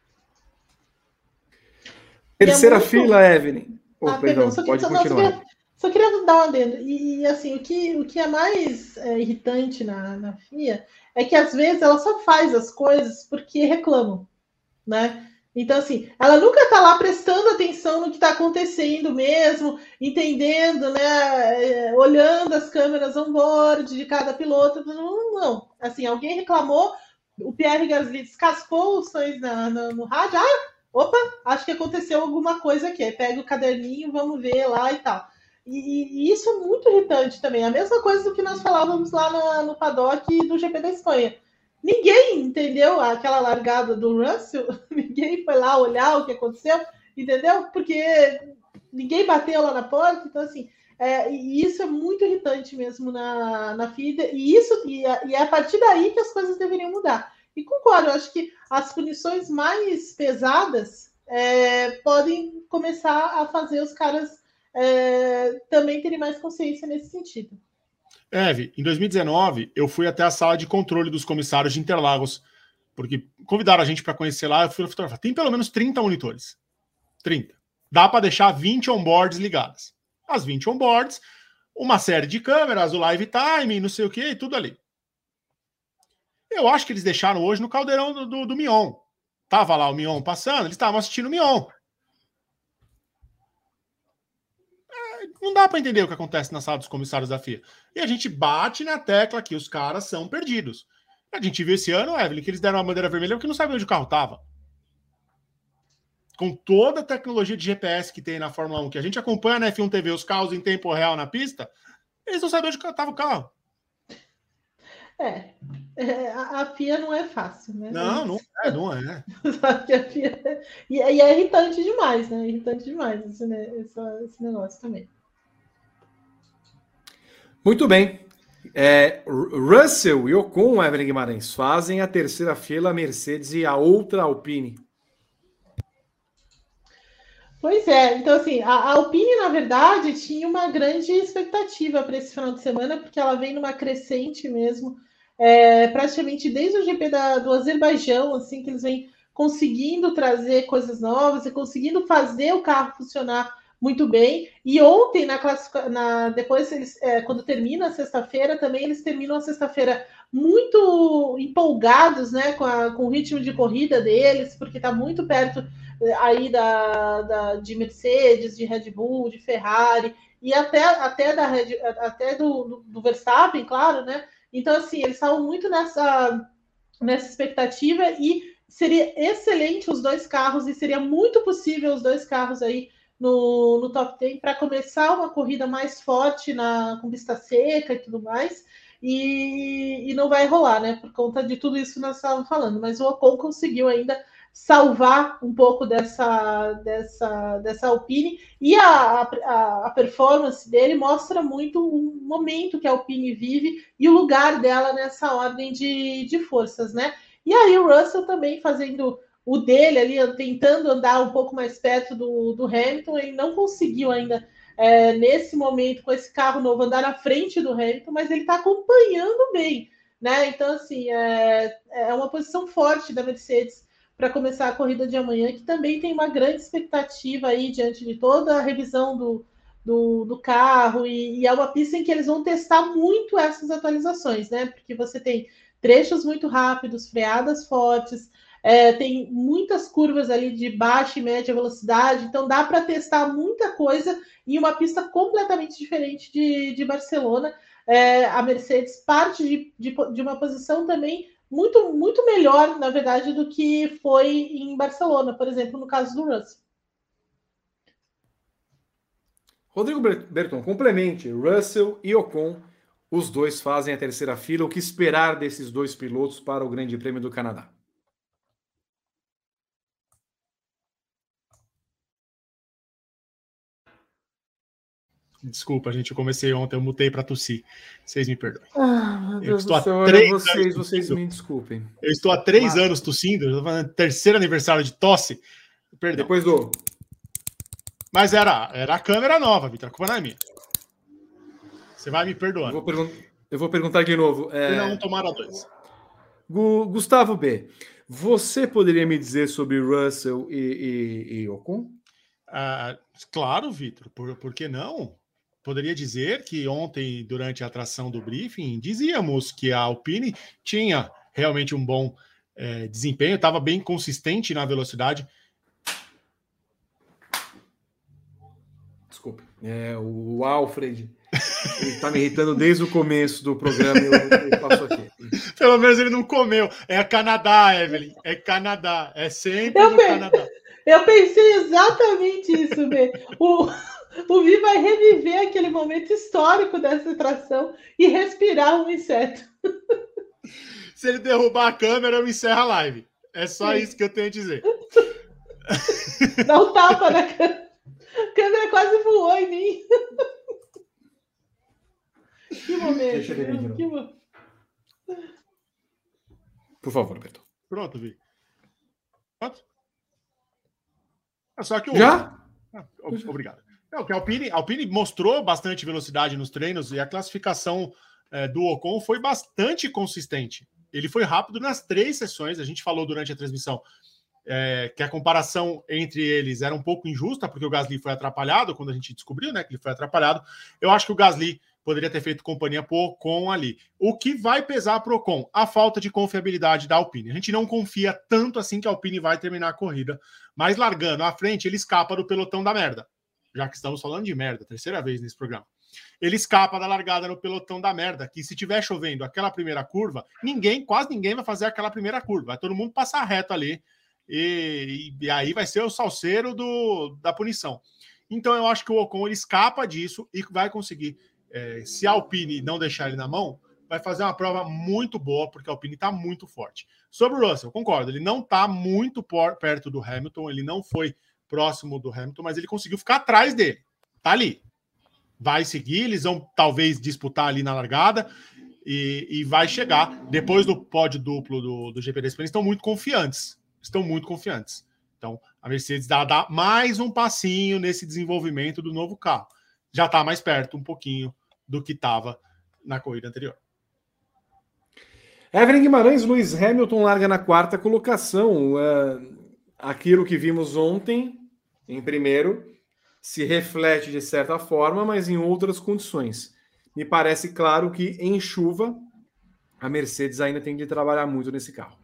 Terceira é muito... fila, Evelyn. Oh, ah, perdão, só pode que, continuar. Só queria, só queria dar um adendo. E, e assim, o que, o que é mais é, irritante na, na F I A é que às vezes ela só faz as coisas porque reclamam. né? Então, assim, ela nunca está lá prestando atenção no que está acontecendo mesmo, entendendo, né? Olhando as câmeras on-board de cada piloto. Não, não. Assim, alguém reclamou, o Pierre Gasly descascou os sons na, na, no rádio. Ah, opa, acho que aconteceu alguma coisa aqui. Aí pega o caderninho, vamos ver lá e tal. E, e isso é muito irritante também. A mesma coisa do que nós falávamos lá no, no paddock do G P da Espanha. Ninguém entendeu aquela largada do Russell, ninguém foi lá olhar o que aconteceu, entendeu? Porque ninguém bateu lá na porta, então assim, é, e isso é muito irritante mesmo na, na F I D, e isso e é, e é a partir daí que as coisas deveriam mudar. E concordo, eu acho que as punições mais pesadas é, podem começar a fazer os caras é, também terem mais consciência nesse sentido. Eve, em dois mil e dezenove, eu fui até a sala de controle dos comissários de Interlagos, porque convidaram a gente para conhecer lá. Eu fui fotografar. Tem pelo menos trinta monitores. trinta. Dá para deixar vinte onboards ligadas. As vinte onboards, uma série de câmeras, o live time, não sei o que, tudo ali. Eu acho que eles deixaram hoje no caldeirão do, do, do Mion. Tava lá o Mion passando, eles estavam assistindo o Mion. Não dá para entender o que acontece na sala dos comissários da F I A. E a gente bate na tecla que os caras são perdidos. A gente viu esse ano, Evelyn, que eles deram uma bandeira vermelha porque não sabiam onde o carro estava. Com toda a tecnologia de G P S que tem na Fórmula um, que a gente acompanha na F um T V, os carros em tempo real na pista, eles não sabiam onde estava o carro. É, é, a F I A não é fácil, né? Não, não é, não é. Sabe que a F I A... E, e é irritante demais, né? Irritante demais esse, né? esse, esse negócio também. Muito bem. É, Russell e Ocon, Evelyn Guimarães, fazem a terceira fila, a Mercedes e a outra Alpine. Pois é, então assim, a, a Alpine, na verdade, tinha uma grande expectativa para esse final de semana, porque ela vem numa crescente mesmo, é, praticamente desde o G P da, do Azerbaijão, assim, que eles vêm conseguindo trazer coisas novas e conseguindo fazer o carro funcionar muito bem. E ontem, na classificação, na, depois, eles, é, quando termina a sexta-feira, também eles terminam a sexta-feira muito empolgados, né, com, a, com o ritmo de corrida deles, porque está muito perto aí da, da, de Mercedes, de Red Bull, de Ferrari, e até, até, da Red, até do, do Verstappen, claro, né? Então, assim, eles estavam muito nessa, nessa expectativa e seria excelente os dois carros, e seria muito possível os dois carros aí no, no top dez para começar uma corrida mais forte na, com pista seca e tudo mais, e, e não vai rolar, né? Por conta de tudo isso que nós estávamos falando, mas o Ocon conseguiu ainda salvar um pouco dessa, dessa, dessa Alpine, e a, a, a performance dele mostra muito o momento que a Alpine vive e o lugar dela nessa ordem de, de forças, né? E aí o Russell também fazendo o dele ali, tentando andar um pouco mais perto do, do Hamilton, ele não conseguiu ainda, é, nesse momento, com esse carro novo, andar na frente do Hamilton, mas ele está acompanhando bem, né? Então, assim, é, é uma posição forte da Mercedes para começar a corrida de amanhã, que também tem uma grande expectativa aí diante de toda a revisão do, do, do carro, e, e é uma pista em que eles vão testar muito essas atualizações, né? Porque você tem trechos muito rápidos, freadas fortes, é, tem muitas curvas ali de baixa e média velocidade, então dá para testar muita coisa em uma pista completamente diferente de, de Barcelona. É, a Mercedes parte de, de, de uma posição também muito, muito melhor, na verdade, do que foi em Barcelona, por exemplo, no caso do Russell. Rodrigo Berton, complemente. Russell e Ocon, os dois fazem a terceira fila. O que esperar desses dois pilotos para o Grande Prêmio do Canadá? Desculpa, gente, eu comecei ontem, eu mutei para tossir. Vocês me perdoem. Ah, meu Deus estou do céu, há três vocês, vocês me desculpem. Eu estou há três Mas... anos tossindo, eu estou fazendo terceiro aniversário de tosse. Perdão. Depois do... Mas era, era a câmera nova, Vitor, a culpa não é minha. Você vai me perdoando. Eu vou, pergun... eu vou perguntar de novo. É... Não, tomara dois. Gu... Gustavo B., você poderia me dizer sobre Russell e, e, e Ocon? Ah, claro, Vitor, por, por que não? Poderia dizer que ontem, durante a atração do briefing, dizíamos que a Alpine tinha realmente um bom é, desempenho, estava bem consistente na velocidade. Desculpe, é, o Alfred está me irritando desde o começo do programa e eu, eu passo aqui. Pelo menos ele não comeu. É Canadá, Evelyn. É Canadá. É sempre eu no pe... Canadá. Eu pensei exatamente isso, Bê. O, o Vi vai reviver aquele momento histórico dessa atração e respirar um inseto. Se ele derrubar a câmera, eu encerro a live. É só Sim. isso que eu tenho a dizer. Dá um tapa na câmera. A câmera quase voou em mim. Que momento. Deixa eu ver aqui, que mo... Por favor, Beto. Pronto, Vi. Pronto? É só que o... Já? Ah, obrigado. Não, que a Alpine, a Alpine mostrou bastante velocidade nos treinos e a classificação é, do Ocon foi bastante consistente. Ele foi rápido nas três sessões. A gente falou durante a transmissão é, que a comparação entre eles era um pouco injusta, porque o Gasly foi atrapalhado, quando a gente descobriu, né, que ele foi atrapalhado. Eu acho que o Gasly poderia ter feito companhia pro Ocon ali. O que vai pesar pro Ocon? A falta de confiabilidade da Alpine. A gente não confia tanto assim que a Alpine vai terminar a corrida, mas largando à frente, ele escapa do pelotão da merda. Já que estamos falando de merda, terceira vez nesse programa. Ele escapa da largada no pelotão da merda, que se tiver chovendo aquela primeira curva, ninguém, quase ninguém vai fazer aquela primeira curva. Vai todo mundo passar reto ali e, e, e aí vai ser o salseiro do, da punição. Então eu acho que o Ocon ele escapa disso e vai conseguir, é, se a Alpine não deixar ele na mão, vai fazer uma prova muito boa, porque a Alpine está muito forte. Sobre o Russell, concordo, ele não está muito por, perto do Hamilton, ele não foi próximo do Hamilton, mas ele conseguiu ficar atrás dele. Tá ali. Vai seguir, eles vão talvez disputar ali na largada e, e vai chegar. Depois do pódio duplo do, do G P da Espanha, eles estão muito confiantes. Estão muito confiantes. Então, a Mercedes dá, dá mais um passinho nesse desenvolvimento do novo carro. Já está mais perto um pouquinho do que estava na corrida anterior. Evelyn Guimarães, Lewis Hamilton larga na quarta colocação. Uh, aquilo que vimos ontem, em primeiro, se reflete de certa forma, mas em outras condições. Me parece claro que em chuva, a Mercedes ainda tem de trabalhar muito nesse carro.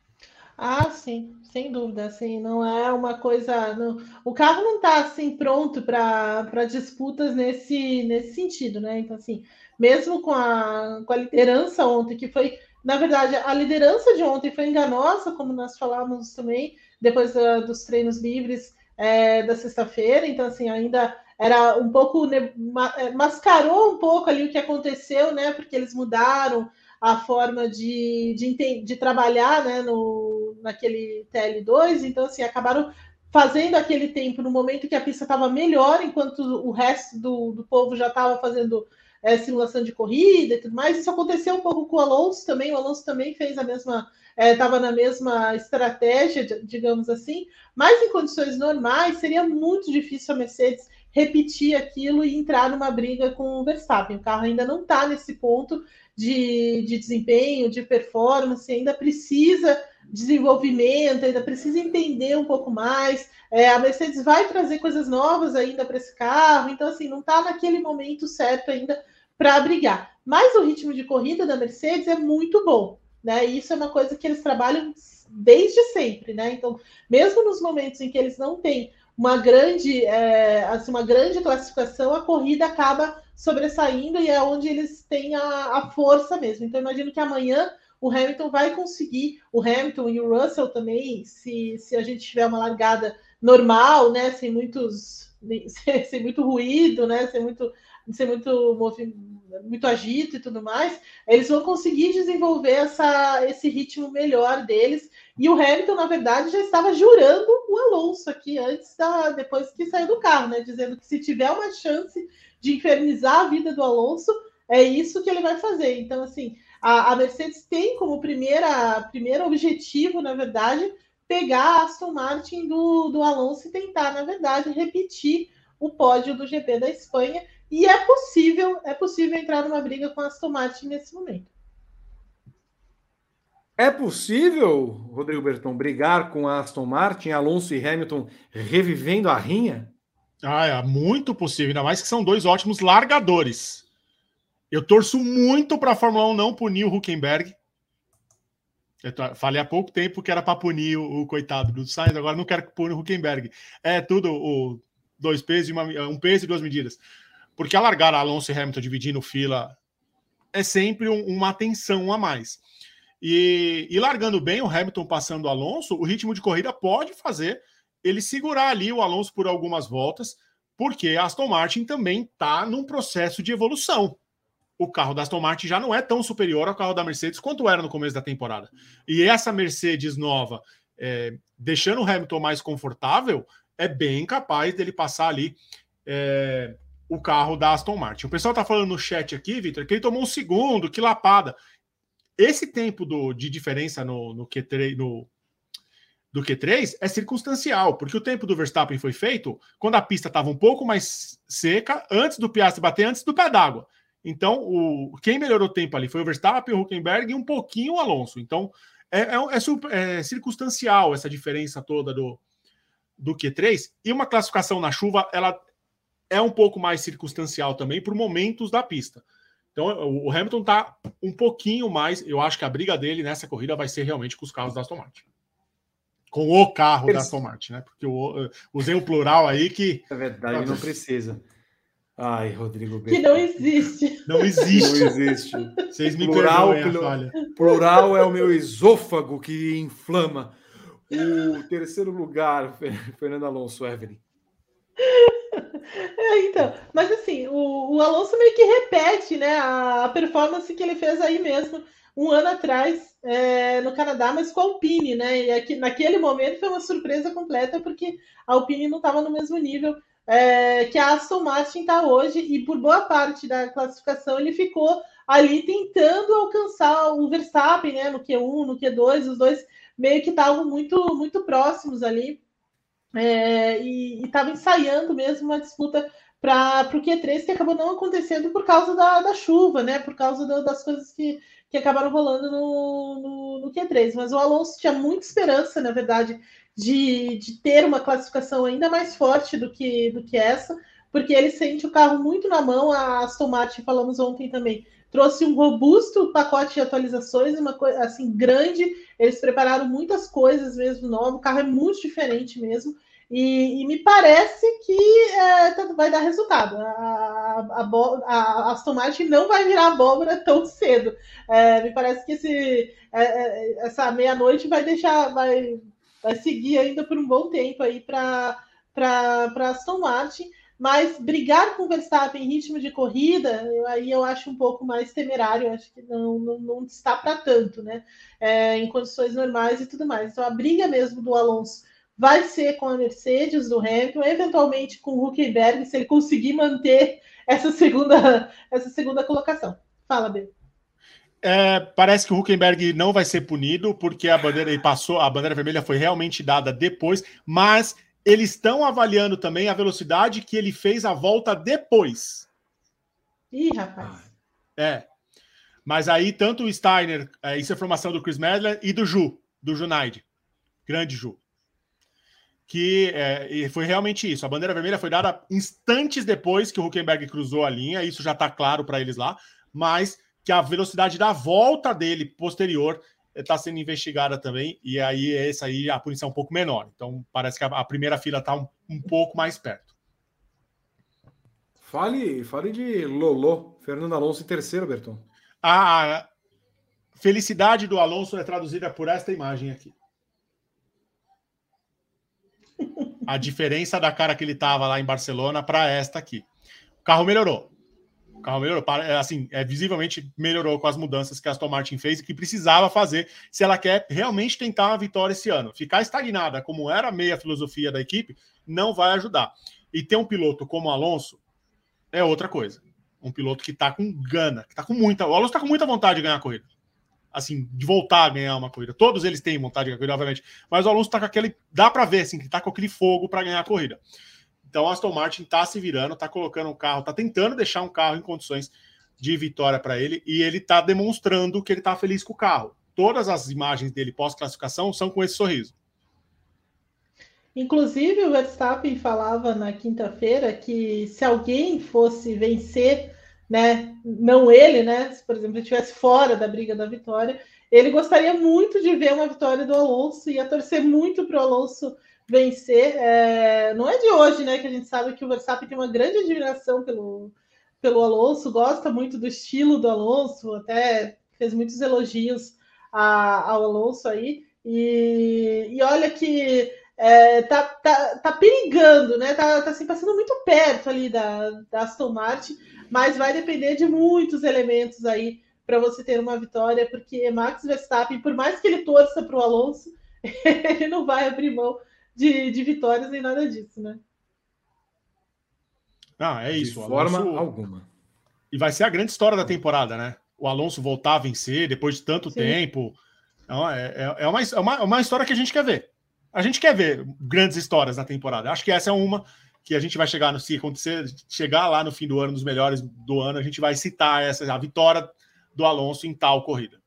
Ah, sim, sem dúvida, assim, não é uma coisa... Não... O carro não está, assim, pronto para disputas nesse, nesse sentido, né? Então, assim, mesmo com a, com a liderança ontem, que foi... Na verdade, a liderança de ontem foi enganosa, como nós falávamos também, depois da, dos treinos livres é, da sexta-feira. Então, assim, ainda era um pouco... Mascarou um pouco ali o que aconteceu, né? Porque eles mudaram a forma de, de, de trabalhar, né, no, naquele T L dois. Então, assim, acabaram fazendo aquele tempo no momento que a pista estava melhor, enquanto o resto do, do povo já estava fazendo... É, simulação de corrida e tudo mais. Isso aconteceu um pouco com o Alonso também. O Alonso também fez a mesma, estava é, na mesma estratégia, digamos assim, mas em condições normais seria muito difícil a Mercedes repetir aquilo e entrar numa briga com o Verstappen. O carro ainda não está nesse ponto de, de desempenho, de performance, ainda precisa desenvolvimento, ainda precisa entender um pouco mais. É, a Mercedes vai trazer coisas novas ainda para esse carro, então assim, não está naquele momento certo ainda para brigar. Mas o ritmo de corrida da Mercedes é muito bom, né? E isso é uma coisa que eles trabalham desde sempre, né? Então, mesmo nos momentos em que eles não têm uma grande, é, assim, uma grande classificação, a corrida acaba sobressaindo e é onde eles têm a, a força mesmo. Então, imagino que amanhã o Hamilton vai conseguir, o Hamilton e o Russell também, se, se a gente tiver uma largada normal, né, sem muitos, sem, sem muito ruído, né, sem muito, sem muito, muito agito e tudo mais, eles vão conseguir desenvolver essa, esse ritmo melhor deles. E o Hamilton, na verdade, já estava jurando o Alonso aqui antes da, depois que saiu do carro, né, dizendo que se tiver uma chance de infernizar a vida do Alonso, é isso que ele vai fazer. Então, assim, a, a Mercedes tem como primeira, primeiro objetivo, na verdade, pegar a Aston Martin do, do Alonso e tentar, na verdade, repetir o pódio do G P da Espanha. E é possível, é possível entrar numa briga com a Aston Martin nesse momento. É possível, Rodrigo Berton, brigar com a Aston Martin, Alonso e Hamilton revivendo a rinha? Ah, é muito possível, ainda mais que são dois ótimos largadores. Eu torço muito para a Fórmula um não punir o Hülkenberg. Eu falei há pouco tempo que era para punir o, o coitado do Sainz, agora não quero que pune o Hülkenberg. É tudo o dois pesos e uma, um peso e duas medidas. Porque a largar Alonso e Hamilton dividindo fila é sempre um, uma atenção a mais. E, e largando bem o Hamilton passando o Alonso, o ritmo de corrida pode fazer ele segurar ali o Alonso por algumas voltas, porque a Aston Martin também está num processo de evolução. O carro da Aston Martin já não é tão superior ao carro da Mercedes quanto era no começo da temporada. E essa Mercedes nova, é, deixando o Hamilton mais confortável, é bem capaz dele passar ali é, o carro da Aston Martin. O pessoal está falando no chat aqui, Vitor, que ele tomou um segundo, que lapada. Esse tempo do, de diferença no, no Q três, no, do Q três é circunstancial, porque o tempo do Verstappen foi feito quando a pista estava um pouco mais seca, antes do Piastri bater, antes do pé d'água. Então, o, quem melhorou o tempo ali foi o Verstappen, o Hülkenberg e um pouquinho o Alonso. Então, é, é, é, super, é circunstancial essa diferença toda do, do Q três. E uma classificação na chuva, ela é um pouco mais circunstancial também por momentos da pista. Então, o Hamilton está um pouquinho mais... Eu acho que a briga dele nessa corrida vai ser realmente com os carros da Aston Martin. Com o carro da Aston Martin, né? Porque eu usei o plural aí que... É verdade, não precisa. Ai, Rodrigo Que não existe. Não existe. Não existe. Vocês me Plural, perdoem a plu- falha. Plural é o meu esôfago que inflama. O terceiro lugar, Fernando Alonso, Evelyn. É, então, mas assim, o, o Alonso meio que repete, né, a, a performance que ele fez aí mesmo, um ano atrás, é, no Canadá, mas com a Alpine, né, e aqui, naquele momento foi uma surpresa completa, porque a Alpine não estava no mesmo nível é, que a Aston Martin está hoje, e por boa parte da classificação ele ficou ali tentando alcançar o Verstappen, né, no Q um, no Q dois, os dois meio que estavam muito, muito próximos ali, É, e estava ensaiando mesmo uma disputa para o Q três, que acabou não acontecendo por causa da, da chuva, né? Por causa do, das coisas que, que acabaram rolando no, no, no Q três. Mas o Alonso tinha muita esperança, na verdade, de, de ter uma classificação ainda mais forte do que, do que essa, porque ele sente o carro muito na mão. A Aston Martin, falamos ontem também, trouxe um robusto pacote de atualizações, uma coisa assim grande. Eles prepararam muitas coisas mesmo novas. O carro é muito diferente mesmo. E, e me parece que é, vai dar resultado. A, a, a, a Aston Martin não vai virar abóbora tão cedo. É, me parece que esse, é, essa meia-noite vai deixar, vai, vai seguir ainda por um bom tempo aí para a Aston Martin. Mas brigar com o Verstappen em ritmo de corrida, aí eu acho um pouco mais temerário. Eu acho que não, não, não está para tanto, né? É, em condições normais e tudo mais. Então a briga mesmo do Alonso vai ser com a Mercedes, do Hamilton, eventualmente com o Hülkenberg, se ele conseguir manter essa segunda, essa segunda colocação. Fala, Bê. É, parece que o Hülkenberg não vai ser punido, porque a bandeira ele passou, a bandeira vermelha foi realmente dada depois, mas eles estão avaliando também a velocidade que ele fez a volta depois. Ih, rapaz. É. Mas aí, tanto o Steiner, é, isso é informação do Chris Medler e do Ju, do Junaid. Grande Ju. Que é, foi realmente isso. A bandeira vermelha foi dada instantes depois que o Hülkenberg cruzou a linha, isso já está claro para eles lá, mas que a velocidade da volta dele posterior está sendo investigada também, e aí essa aí a punição é um pouco menor. Então parece que a, a primeira fila está um, um pouco mais perto. Fale, fale de Lolo, Fernando Alonso em terceiro, Berton. A felicidade do Alonso é traduzida por esta imagem aqui. A diferença da cara que ele estava lá em Barcelona para esta aqui. O carro melhorou. O carro melhorou. Assim, é, visivelmente melhorou com as mudanças que a Aston Martin fez e que precisava fazer se ela quer realmente tentar uma vitória esse ano. Ficar estagnada, como era a meia filosofia da equipe, não vai ajudar. E ter um piloto como o Alonso é outra coisa. Um piloto que está com gana, que está com muita... O Alonso está com muita vontade de ganhar a corrida. Assim, de voltar a ganhar uma corrida. Todos eles têm vontade de ganhar a corrida, obviamente. Mas o Alonso tá com aquele... Dá para ver, assim, que tá com aquele fogo para ganhar a corrida. Então, a Aston Martin tá se virando, tá colocando um carro, tá tentando deixar um carro em condições de vitória para ele, e ele tá demonstrando que ele tá feliz com o carro. Todas as imagens dele pós-classificação são com esse sorriso. Inclusive, o Verstappen falava na quinta-feira que se alguém fosse vencer, né, não ele, né, se por exemplo ele estivesse fora da briga da vitória, ele gostaria muito de ver uma vitória do Alonso, ia torcer muito para o Alonso vencer. É, não é de hoje, né, que a gente sabe que o Verstappen tem uma grande admiração pelo, pelo Alonso, gosta muito do estilo do Alonso, até fez muitos elogios a, ao Alonso aí, e, e olha que é, tá, tá, tá perigando, né, tá, tá assim, passando muito perto ali da, da Aston Martin, mas vai depender de muitos elementos aí para você ter uma vitória, porque Max Verstappen, por mais que ele torça para o Alonso, ele não vai abrir mão de, de vitórias nem nada disso, né? Não, é isso. De forma Alonso... alguma. E vai ser a grande história da temporada, né? O Alonso voltar a vencer depois de tanto Sim. tempo. Então, é, é, uma, é uma, uma história que a gente quer ver. A gente quer ver grandes histórias na temporada. Acho que essa é uma que a gente vai chegar, no, se acontecer, chegar lá no fim do ano, nos melhores do ano, a gente vai citar essa, a vitória do Alonso em tal corrida.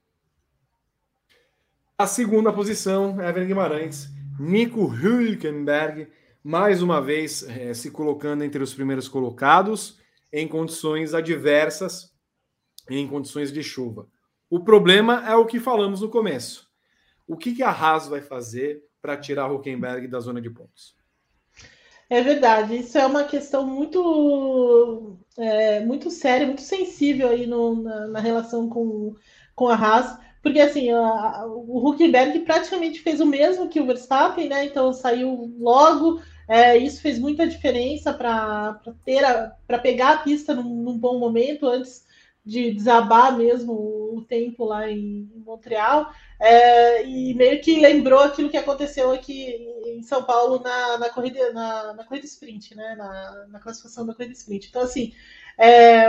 A segunda posição, Evelyn Guimarães, Nico Hülkenberg, mais uma vez é, se colocando entre os primeiros colocados em condições adversas, em condições de chuva. O problema é o que falamos no começo. O que, que a Haas vai fazer para tirar Hülkenberg da zona de pontos? É verdade, isso é uma questão muito, é, muito séria, muito sensível aí no, na, na relação com, com a Haas, porque assim, a, o Hülkenberg praticamente fez o mesmo que o Verstappen, né? Então saiu logo, é, isso fez muita diferença para ter para pegar a pista num, num bom momento antes de desabar mesmo o tempo lá em, em Montreal, é, e meio que lembrou aquilo que aconteceu aqui em São Paulo na, na corrida na, na corrida sprint, né? Na, na classificação da corrida sprint. Então, assim, é,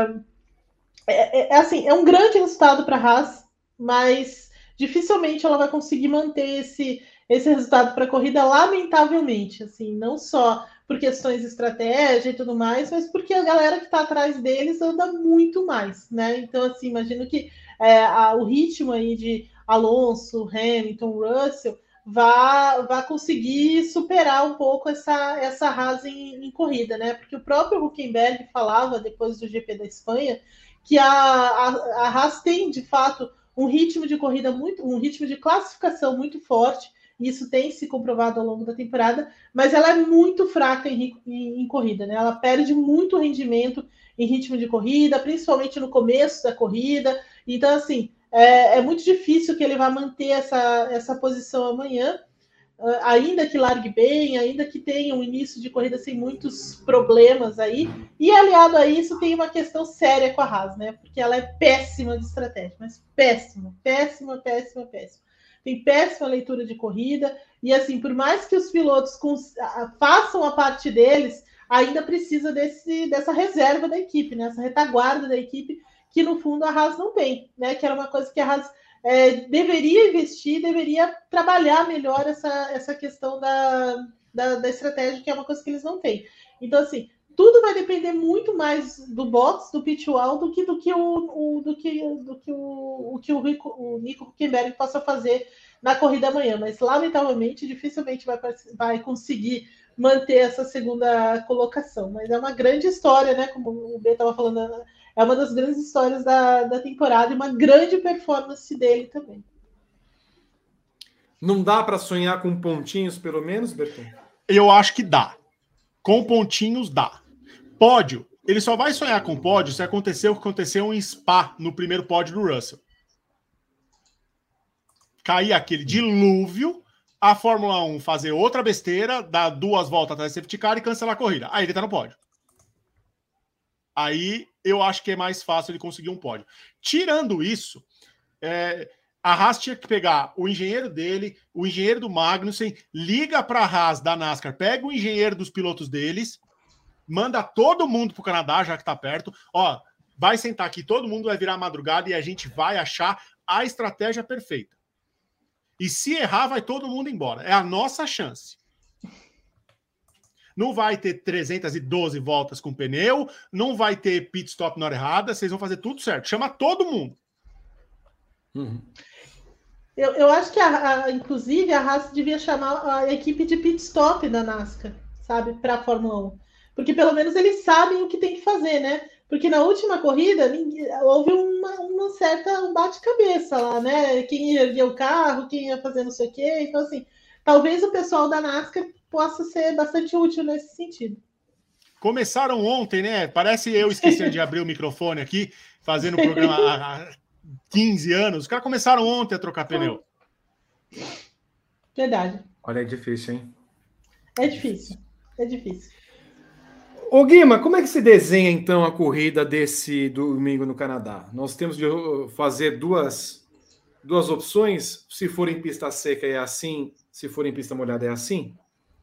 é, é, assim, é um grande resultado para a Haas, mas dificilmente ela vai conseguir manter esse, esse resultado para a corrida, lamentavelmente, assim, não só por questões de estratégia e tudo mais, mas porque a galera que está atrás deles anda muito mais, né? Então, assim, imagino que é, a, o ritmo aí de Alonso, Hamilton, Russell vá, vá conseguir superar um pouco essa, essa Haas em, em corrida, né? Porque o próprio Hülkenberg falava, depois do G P da Espanha, que a, a, a Haas tem, de fato, um ritmo de corrida muito, um ritmo de classificação muito forte, isso tem se comprovado ao longo da temporada, mas ela é muito fraca em, em, em corrida, né? Ela perde muito rendimento em ritmo de corrida, principalmente no começo da corrida. Então, assim, é, é muito difícil que ele vá manter essa, essa posição amanhã, uh, ainda que largue bem, ainda que tenha um início de corrida sem muitos problemas aí. E aliado a isso, tem uma questão séria com a Haas, né? Porque ela é péssima de estratégia, mas péssima, péssima, péssima, péssima. Tem péssima leitura de corrida, e assim, por mais que os pilotos façam a parte deles, ainda precisa desse, dessa reserva da equipe, né? Essa retaguarda da equipe, que no fundo a Haas não tem, né? Que era uma coisa que a Haas é, deveria investir, deveria trabalhar melhor essa, essa questão da, da, da estratégia, que é uma coisa que eles não têm. Então, assim, tudo vai depender muito mais do box, do pit wall, do que do que o, o do que do que o, o que o, Rico, o Nico Hülkenberg possa fazer na corrida amanhã, mas lamentavelmente dificilmente vai, vai conseguir manter essa segunda colocação. Mas é uma grande história, né? Como o B estava falando, é uma das grandes histórias da, da temporada e uma grande performance dele também. Não dá para sonhar com pontinhos, pelo menos, Berton? Eu acho que dá. Com pontinhos dá. Pódio, ele só vai sonhar com pódio se acontecer o que aconteceu em Spa, no primeiro pódio do Russell. Cair aquele dilúvio, a Fórmula um fazer outra besteira, dar duas voltas atrás do safety car e cancelar a corrida. Aí ele tá no pódio. Aí eu acho que é mais fácil ele conseguir um pódio. Tirando isso, é, a Haas tinha que pegar o engenheiro dele, o engenheiro do Magnussen, liga para a Haas da NASCAR, pega o engenheiro dos pilotos deles, manda todo mundo pro Canadá, já que tá perto. Ó, vai sentar aqui, todo mundo vai virar madrugada e a gente vai achar a estratégia perfeita. E se errar, vai todo mundo embora. É a nossa chance. Não vai ter trezentas e doze voltas com pneu, não vai ter pit stop na hora errada, vocês vão fazer tudo certo. Chama todo mundo. Uhum. Eu, eu acho que, a, a, inclusive, a Haas devia chamar a equipe de pit stop da NASCAR, sabe, para a Fórmula um. Porque pelo menos eles sabem o que tem que fazer, né? Porque na última corrida houve uma, uma certa um bate-cabeça lá, né? Quem ia erguer o carro, quem ia fazer não sei o quê. Então, assim, talvez o pessoal da NASCAR possa ser bastante útil nesse sentido. Começaram ontem, né? Parece eu esqueci de abrir o microfone aqui, fazendo o programa há quinze anos. Os caras começaram ontem a trocar pneu. Verdade. Olha, é difícil, hein? É difícil. É difícil. Ô Guima, como é que se desenha então a corrida desse domingo no Canadá? Nós temos de fazer duas, duas opções. Se for em pista seca é assim, se for em pista molhada é assim?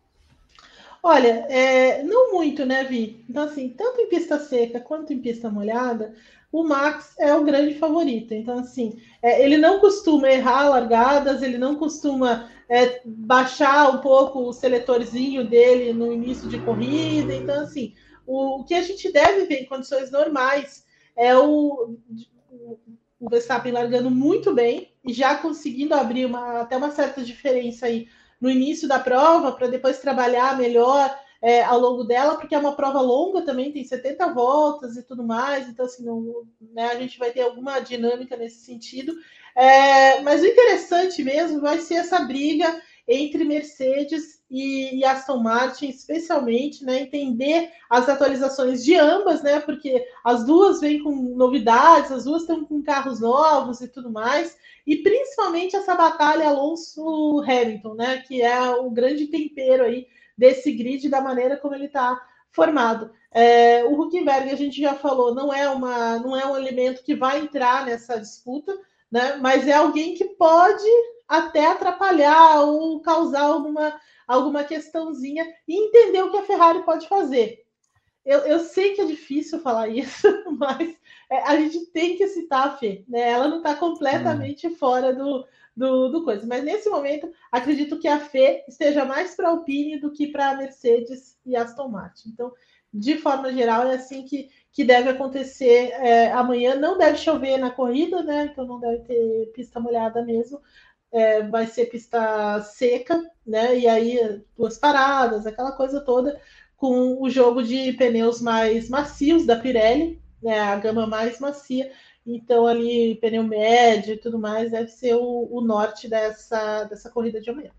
Olha, é, não muito, né, Vi? Então, assim, tanto em pista seca quanto em pista molhada, o Max é o grande favorito. Então, assim, é, ele não costuma errar largadas, ele não costuma é, baixar um pouco o seletorzinho dele no início de corrida. Então, assim, o, o que a gente deve ver em condições normais é o, o, o Verstappen largando muito bem e já conseguindo abrir uma, até uma certa diferença aí no início da prova, para depois trabalhar melhor é, ao longo dela, porque é uma prova longa também, tem setenta voltas e tudo mais, então assim, não, né, a gente vai ter alguma dinâmica nesse sentido. É, mas o interessante mesmo vai ser essa briga entre Mercedes e, e Aston Martin, especialmente, né, entender as atualizações de ambas, né, porque as duas vêm com novidades, as duas estão com carros novos e tudo mais, e principalmente essa batalha Alonso-Hamilton, né, que é o grande tempero aí desse grid, da maneira como ele está formado. É, o Hülkenberg, a gente já falou, não é, uma, não é um elemento que vai entrar nessa disputa, né, mas é alguém que pode até atrapalhar ou causar alguma, alguma questãozinha e entender o que a Ferrari pode fazer. Eu, eu sei que é difícil falar isso, mas é, a gente tem que citar a Fê, né? Ela não está completamente hum. fora do, do, do coisa. Mas nesse momento, acredito que a Fê esteja mais para a Alpine do que para a Mercedes e Aston Martin. Então, de forma geral, é assim que, que deve acontecer é, amanhã. Não deve chover na corrida, né? Então não deve ter pista molhada mesmo. É, vai ser pista seca, né? E aí duas paradas, aquela coisa toda, com o jogo de pneus mais macios da Pirelli, né? A gama mais macia. Então ali pneu médio e tudo mais deve ser o, o norte dessa, dessa corrida de amanhã.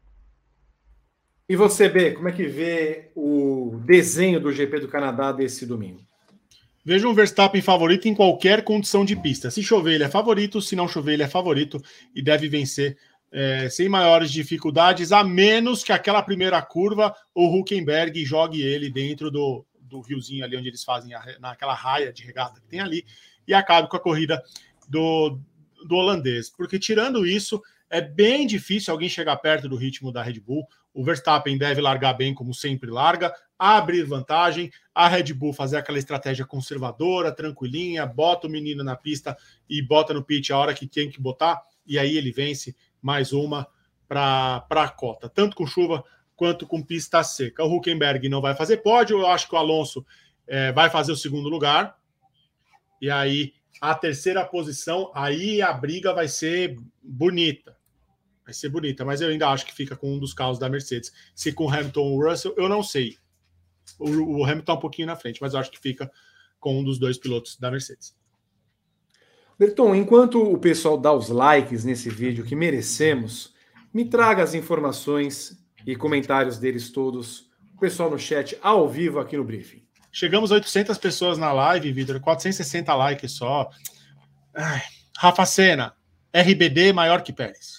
E você, B, como é que vê o desenho do G P do Canadá desse domingo? Vejo um Verstappen favorito em qualquer condição de pista. Se chover, ele é favorito. Se não chover, ele é favorito e deve vencer é, sem maiores dificuldades, a menos que aquela primeira curva o Hülkenberg jogue ele dentro do, do riozinho ali onde eles fazem a, naquela raia de regata que tem ali e acabe com a corrida do, do holandês. Porque tirando isso, é bem difícil alguém chegar perto do ritmo da Red Bull. O Verstappen deve largar bem, como sempre larga, abrir vantagem, a Red Bull fazer aquela estratégia conservadora, tranquilinha, bota o menino na pista e bota no pit a hora que tem que botar, e aí ele vence mais uma para a cota, tanto com chuva quanto com pista seca. O Hülkenberg não vai fazer pódio, eu acho que o Alonso é, vai fazer o segundo lugar, e aí a terceira posição, aí a briga vai ser bonita. Vai ser bonita, mas eu ainda acho que fica com um dos carros da Mercedes. Se com o Hamilton ou o Russell, eu não sei. O, o Hamilton tá um pouquinho na frente, mas eu acho que fica com um dos dois pilotos da Mercedes. Berton, enquanto o pessoal dá os likes nesse vídeo que merecemos, me traga as informações e comentários deles todos, o pessoal no chat, ao vivo aqui no Briefing. Chegamos a oitocentas pessoas na live, Vitor, quatrocentos e sessenta likes só. Ai, Rafa Senna, R B D maior que Pérez.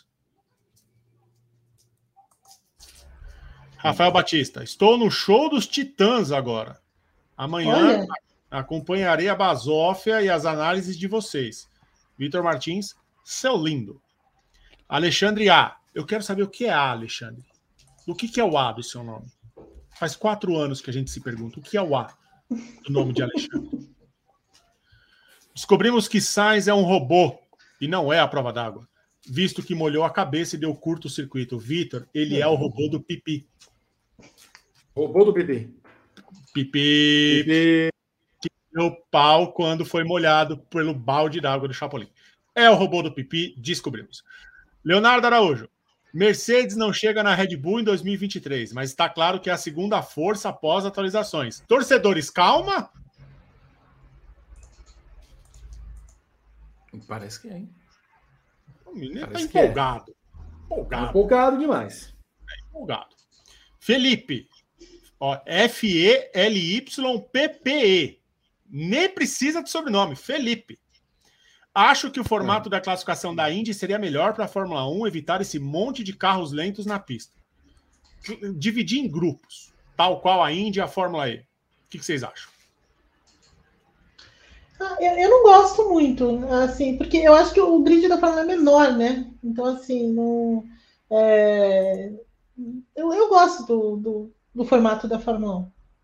Rafael Batista, estou no show dos Titãs agora. Amanhã Olha. acompanharei a basófia e as análises de vocês. Vitor Martins, seu lindo. Alexandre A. Eu quero saber o que é A, Alexandre. O que é o A do seu nome? Faz quatro anos que a gente se pergunta o que é o A do nome de Alexandre. Descobrimos que Sainz é um robô e não é a prova d'água, visto que molhou a cabeça e deu curto-circuito. Vitor, ele é o robô do pipi. Robô do pipi. Pipi. Pipi. Que deu pau quando foi molhado pelo balde d'água do Chapolin. É o robô do pipi, descobrimos. Leonardo Araújo. Mercedes não chega na Red Bull em dois mil e vinte e três, mas está claro que é a segunda força após atualizações. Torcedores, calma! Parece que é, hein? O menino Parece tá empolgado. É. Empolgado. Empolgado demais. É empolgado. Felipe. Ó, F E L Y P P E. Nem precisa de sobrenome. Felipe. Acho que o formato da classificação da Indy seria melhor para a Fórmula um evitar esse monte de carros lentos na pista. Dividir em grupos, tal qual a Indy e a Fórmula E. O que, que vocês acham? Ah, eu, eu não gosto muito, assim, porque eu acho que o grid da Fórmula é menor, né? Então, assim, não, é, eu, eu gosto do, do, do formato da Fórmula um.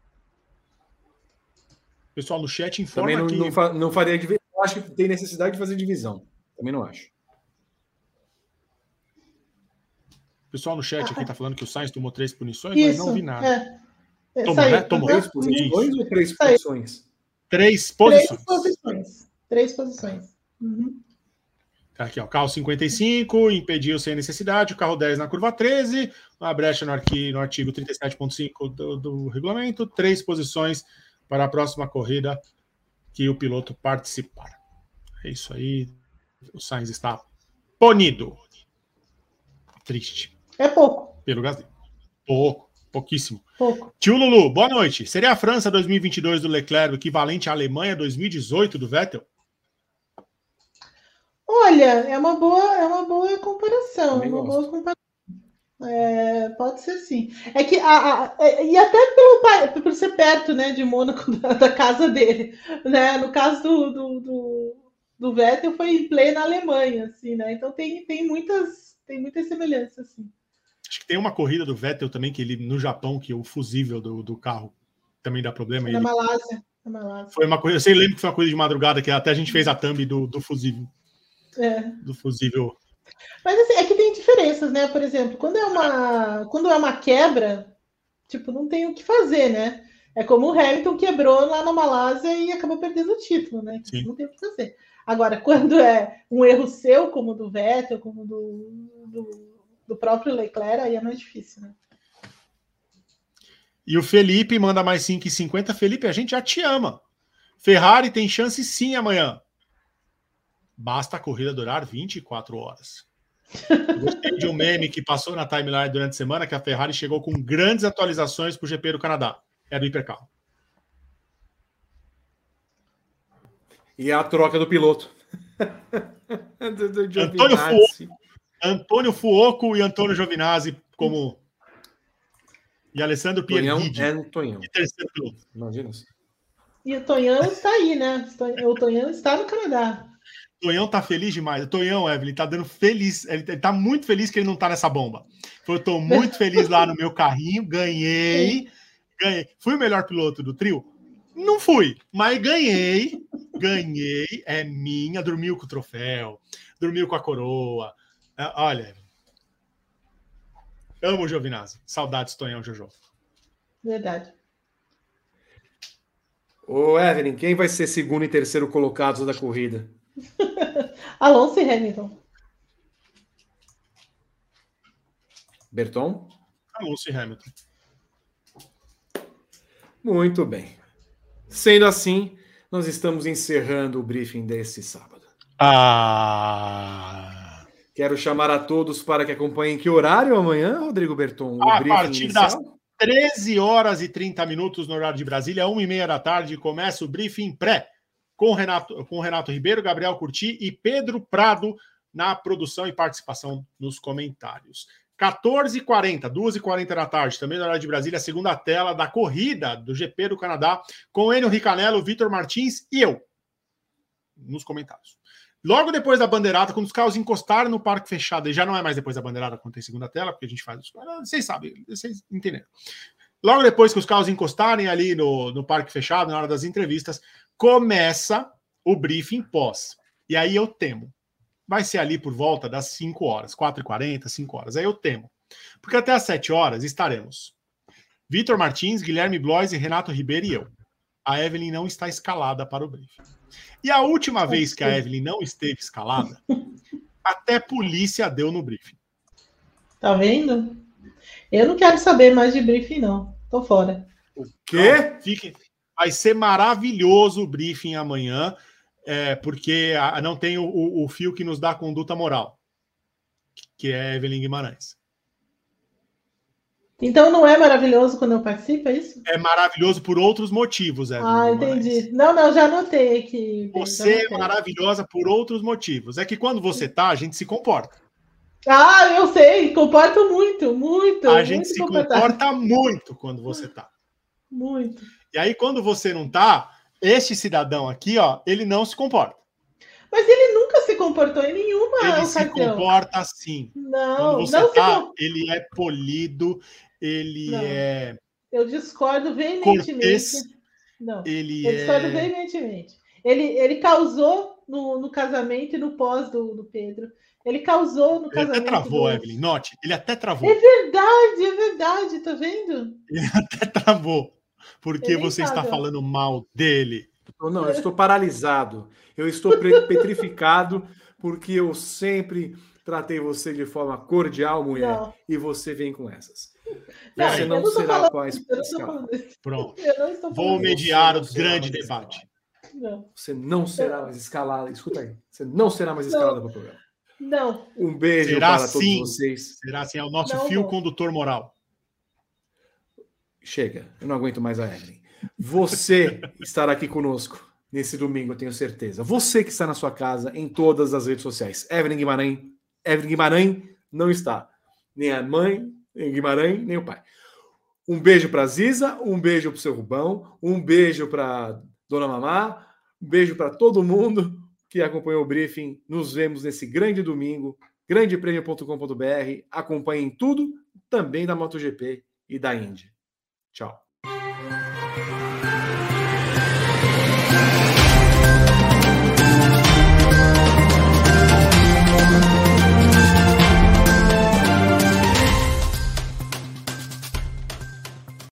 O pessoal no chat informa Também não, que... não, fa, não faria divisão. Eu acho que tem necessidade de fazer divisão. Também não acho. O pessoal no chat aqui tá falando que o Sainz tomou três punições, Isso, mas não vi nada. É. Tomou, né? Tomou. Três posições ou três posições? Três posições. Três posições. Três posições. Uhum. Aqui, ó, carro cinquenta e cinco, impediu sem necessidade, o carro dez na curva treze, uma brecha no, arqui, no artigo trinta e sete ponto cinco do, do regulamento, três posições para a próxima corrida que o piloto participar. É isso aí, o Sainz está punido. Triste. É pouco. Pelo Gasly. Pouco, pouquíssimo. Pouco. Tio Lulu, boa noite. Seria a França dois mil e vinte e dois do Leclerc o equivalente à Alemanha dois mil e dezoito do Vettel? Olha, é uma boa, é uma boa comparação. Também uma gosto. boa comparação. É, pode ser sim. É que a, a, e até pelo, por ser perto, né, de Mônaco, da, da casa dele, né? No caso do, do, do, do Vettel foi em plena Alemanha, assim, né? Então tem, tem muitas tem muitas semelhanças, assim. Acho que tem uma corrida do Vettel também que ele no Japão que o fusível do, do carro também dá problema. Na ele... Malásia, na Malásia. Foi uma coisa. Eu sei, lembro que foi uma coisa de madrugada que até a gente fez a thumb do, do fusível. É. Do fusível. Mas assim, é que tem diferenças, né? Por exemplo, quando é uma, quando é uma quebra, tipo, não tem o que fazer, né? É como o Hamilton quebrou lá na Malásia e acabou perdendo o título, né? Sim. Não tem o que fazer. Agora, quando é um erro seu, como o do Vettel, como do, do, do próprio Leclerc, aí é mais difícil, né? E o Felipe manda mais cinco e cinquenta. Felipe, a gente já te ama. Ferrari tem chance sim amanhã. Basta a corrida durar vinte e quatro horas. Gostei de um meme que passou na timeline durante a semana que a Ferrari chegou com grandes atualizações para o G P do Canadá. É do hipercarro. E a troca do piloto. do, do Antônio Fuoco, Antônio Fuoco e Antônio Giovinazzi como... E Alessandro Pierguidi. É no Tonhão. E terceiro piloto. Imagina isso. E o Tonhão está aí, né? O Tonhão está no Canadá. O Tonhão tá feliz demais. O Tonhão, Evelyn, tá dando feliz. Ele tá muito feliz que ele não tá nessa bomba. Eu tô muito feliz lá no meu carrinho. Ganhei. Ganhei. Fui o melhor piloto do trio? Não fui, mas ganhei. Ganhei. É minha. Dormiu com o troféu. Dormiu com a coroa. Olha. Amo o Giovinazzi. Saudades, Tonhão, Jojo. Verdade. Ô, Evelyn, quem vai ser segundo e terceiro colocados da corrida? Alonso e Hamilton. Berton? Alonso e Hamilton. Muito bem. Sendo assim, nós estamos encerrando o briefing desse sábado. Ah... Quero chamar a todos para que acompanhem que horário amanhã, Rodrigo Berton? O a briefing partir inicial? das treze horas e trinta minutos no horário de Brasília, uma e meia da tarde, começa o briefing pré, com Renato, com Renato Ribeiro, Gabriel Curti e Pedro Prado na produção e participação nos comentários. quatorze e quarenta, duas e quarenta da tarde, também no horário de Brasília, a segunda tela da corrida do G P do Canadá, com Enio Ricanello, Vitor Martins e eu, nos comentários. Logo depois da bandeirada, quando os carros encostarem no parque fechado, e já não é mais depois da bandeirada quando tem segunda tela, porque a gente faz... Vocês sabem, vocês entenderam. Logo depois que os carros encostarem ali no, no parque fechado, na hora das entrevistas, começa o briefing pós. E aí eu temo. Vai ser ali por volta das cinco horas, quatro e quarenta, cinco horas. Aí eu temo. Porque até às sete horas estaremos Vitor Martins, Guilherme Blois e Renato Ribeiro e eu. A Evelyn não está escalada para o briefing. E a última vez que a Evelyn não esteve escalada, até polícia deu no briefing. Tá vendo? Eu não quero saber mais de briefing, não. Tô fora. O quê? Então, fique... Vai ser maravilhoso o briefing amanhã. é, porque a, não tem o, o, o fio que nos dá a conduta moral, que é Evelyn Guimarães. Então não é maravilhoso quando eu participo, é isso? É maravilhoso por outros motivos, Evelyn Ah, Guimarães. entendi. Não, não, já anotei aqui. Você anotei. é maravilhosa por outros motivos. É que quando você tá, a gente se comporta. Ah, eu sei, comporto muito, muito. A muito gente se comportado. comporta muito quando você tá. Muito. E aí, quando você não tá, este cidadão aqui, ó, ele não se comporta. Mas ele nunca se comportou em nenhuma Ele ocasião. se comporta assim. Não, Quando você não tá, se com... ele é polido, ele não. é Eu discordo veementemente. cortês, Não, ele eu discordo é... veementemente. Ele, ele causou no, no casamento e no pós do, do Pedro. Ele causou no Ele casamento. até travou, do... Evelyn, note, ele até travou. É verdade, é verdade, tá vendo? Ele até travou, porque Ele nem você sabe, está ó. falando mal dele. Não, eu estou paralisado. Eu estou petrificado porque eu sempre tratei você de forma cordial, mulher, Não. e você vem com essas. Não, Você eu não, não tô será falando com a isso, eu não tô escala. falando isso. Pronto. Eu não estou Vou falando mediar o Você não grande será mais debate. Não. Você não será mais escalada. Escuta aí. Você não será mais escalada para o programa. Não. Um beijo Será para sim. todos vocês. Será assim, é o nosso Não fio vou. condutor moral. Chega, eu não aguento mais a Evelyn. Você estará aqui conosco nesse domingo, eu tenho certeza. Você que está na sua casa, em todas as redes sociais. Evelyn Guimarães, Evelyn Guimarães não está. Nem a mãe, nem Guimarães, nem o pai. Um beijo para Ziza, um beijo para o seu Rubão, um beijo para Dona Mamá, um beijo para todo mundo que acompanhou o briefing. Nos vemos nesse grande domingo, grande prêmio ponto com ponto b r. Acompanhem tudo, também da MotoGP e da Indy. Tchau.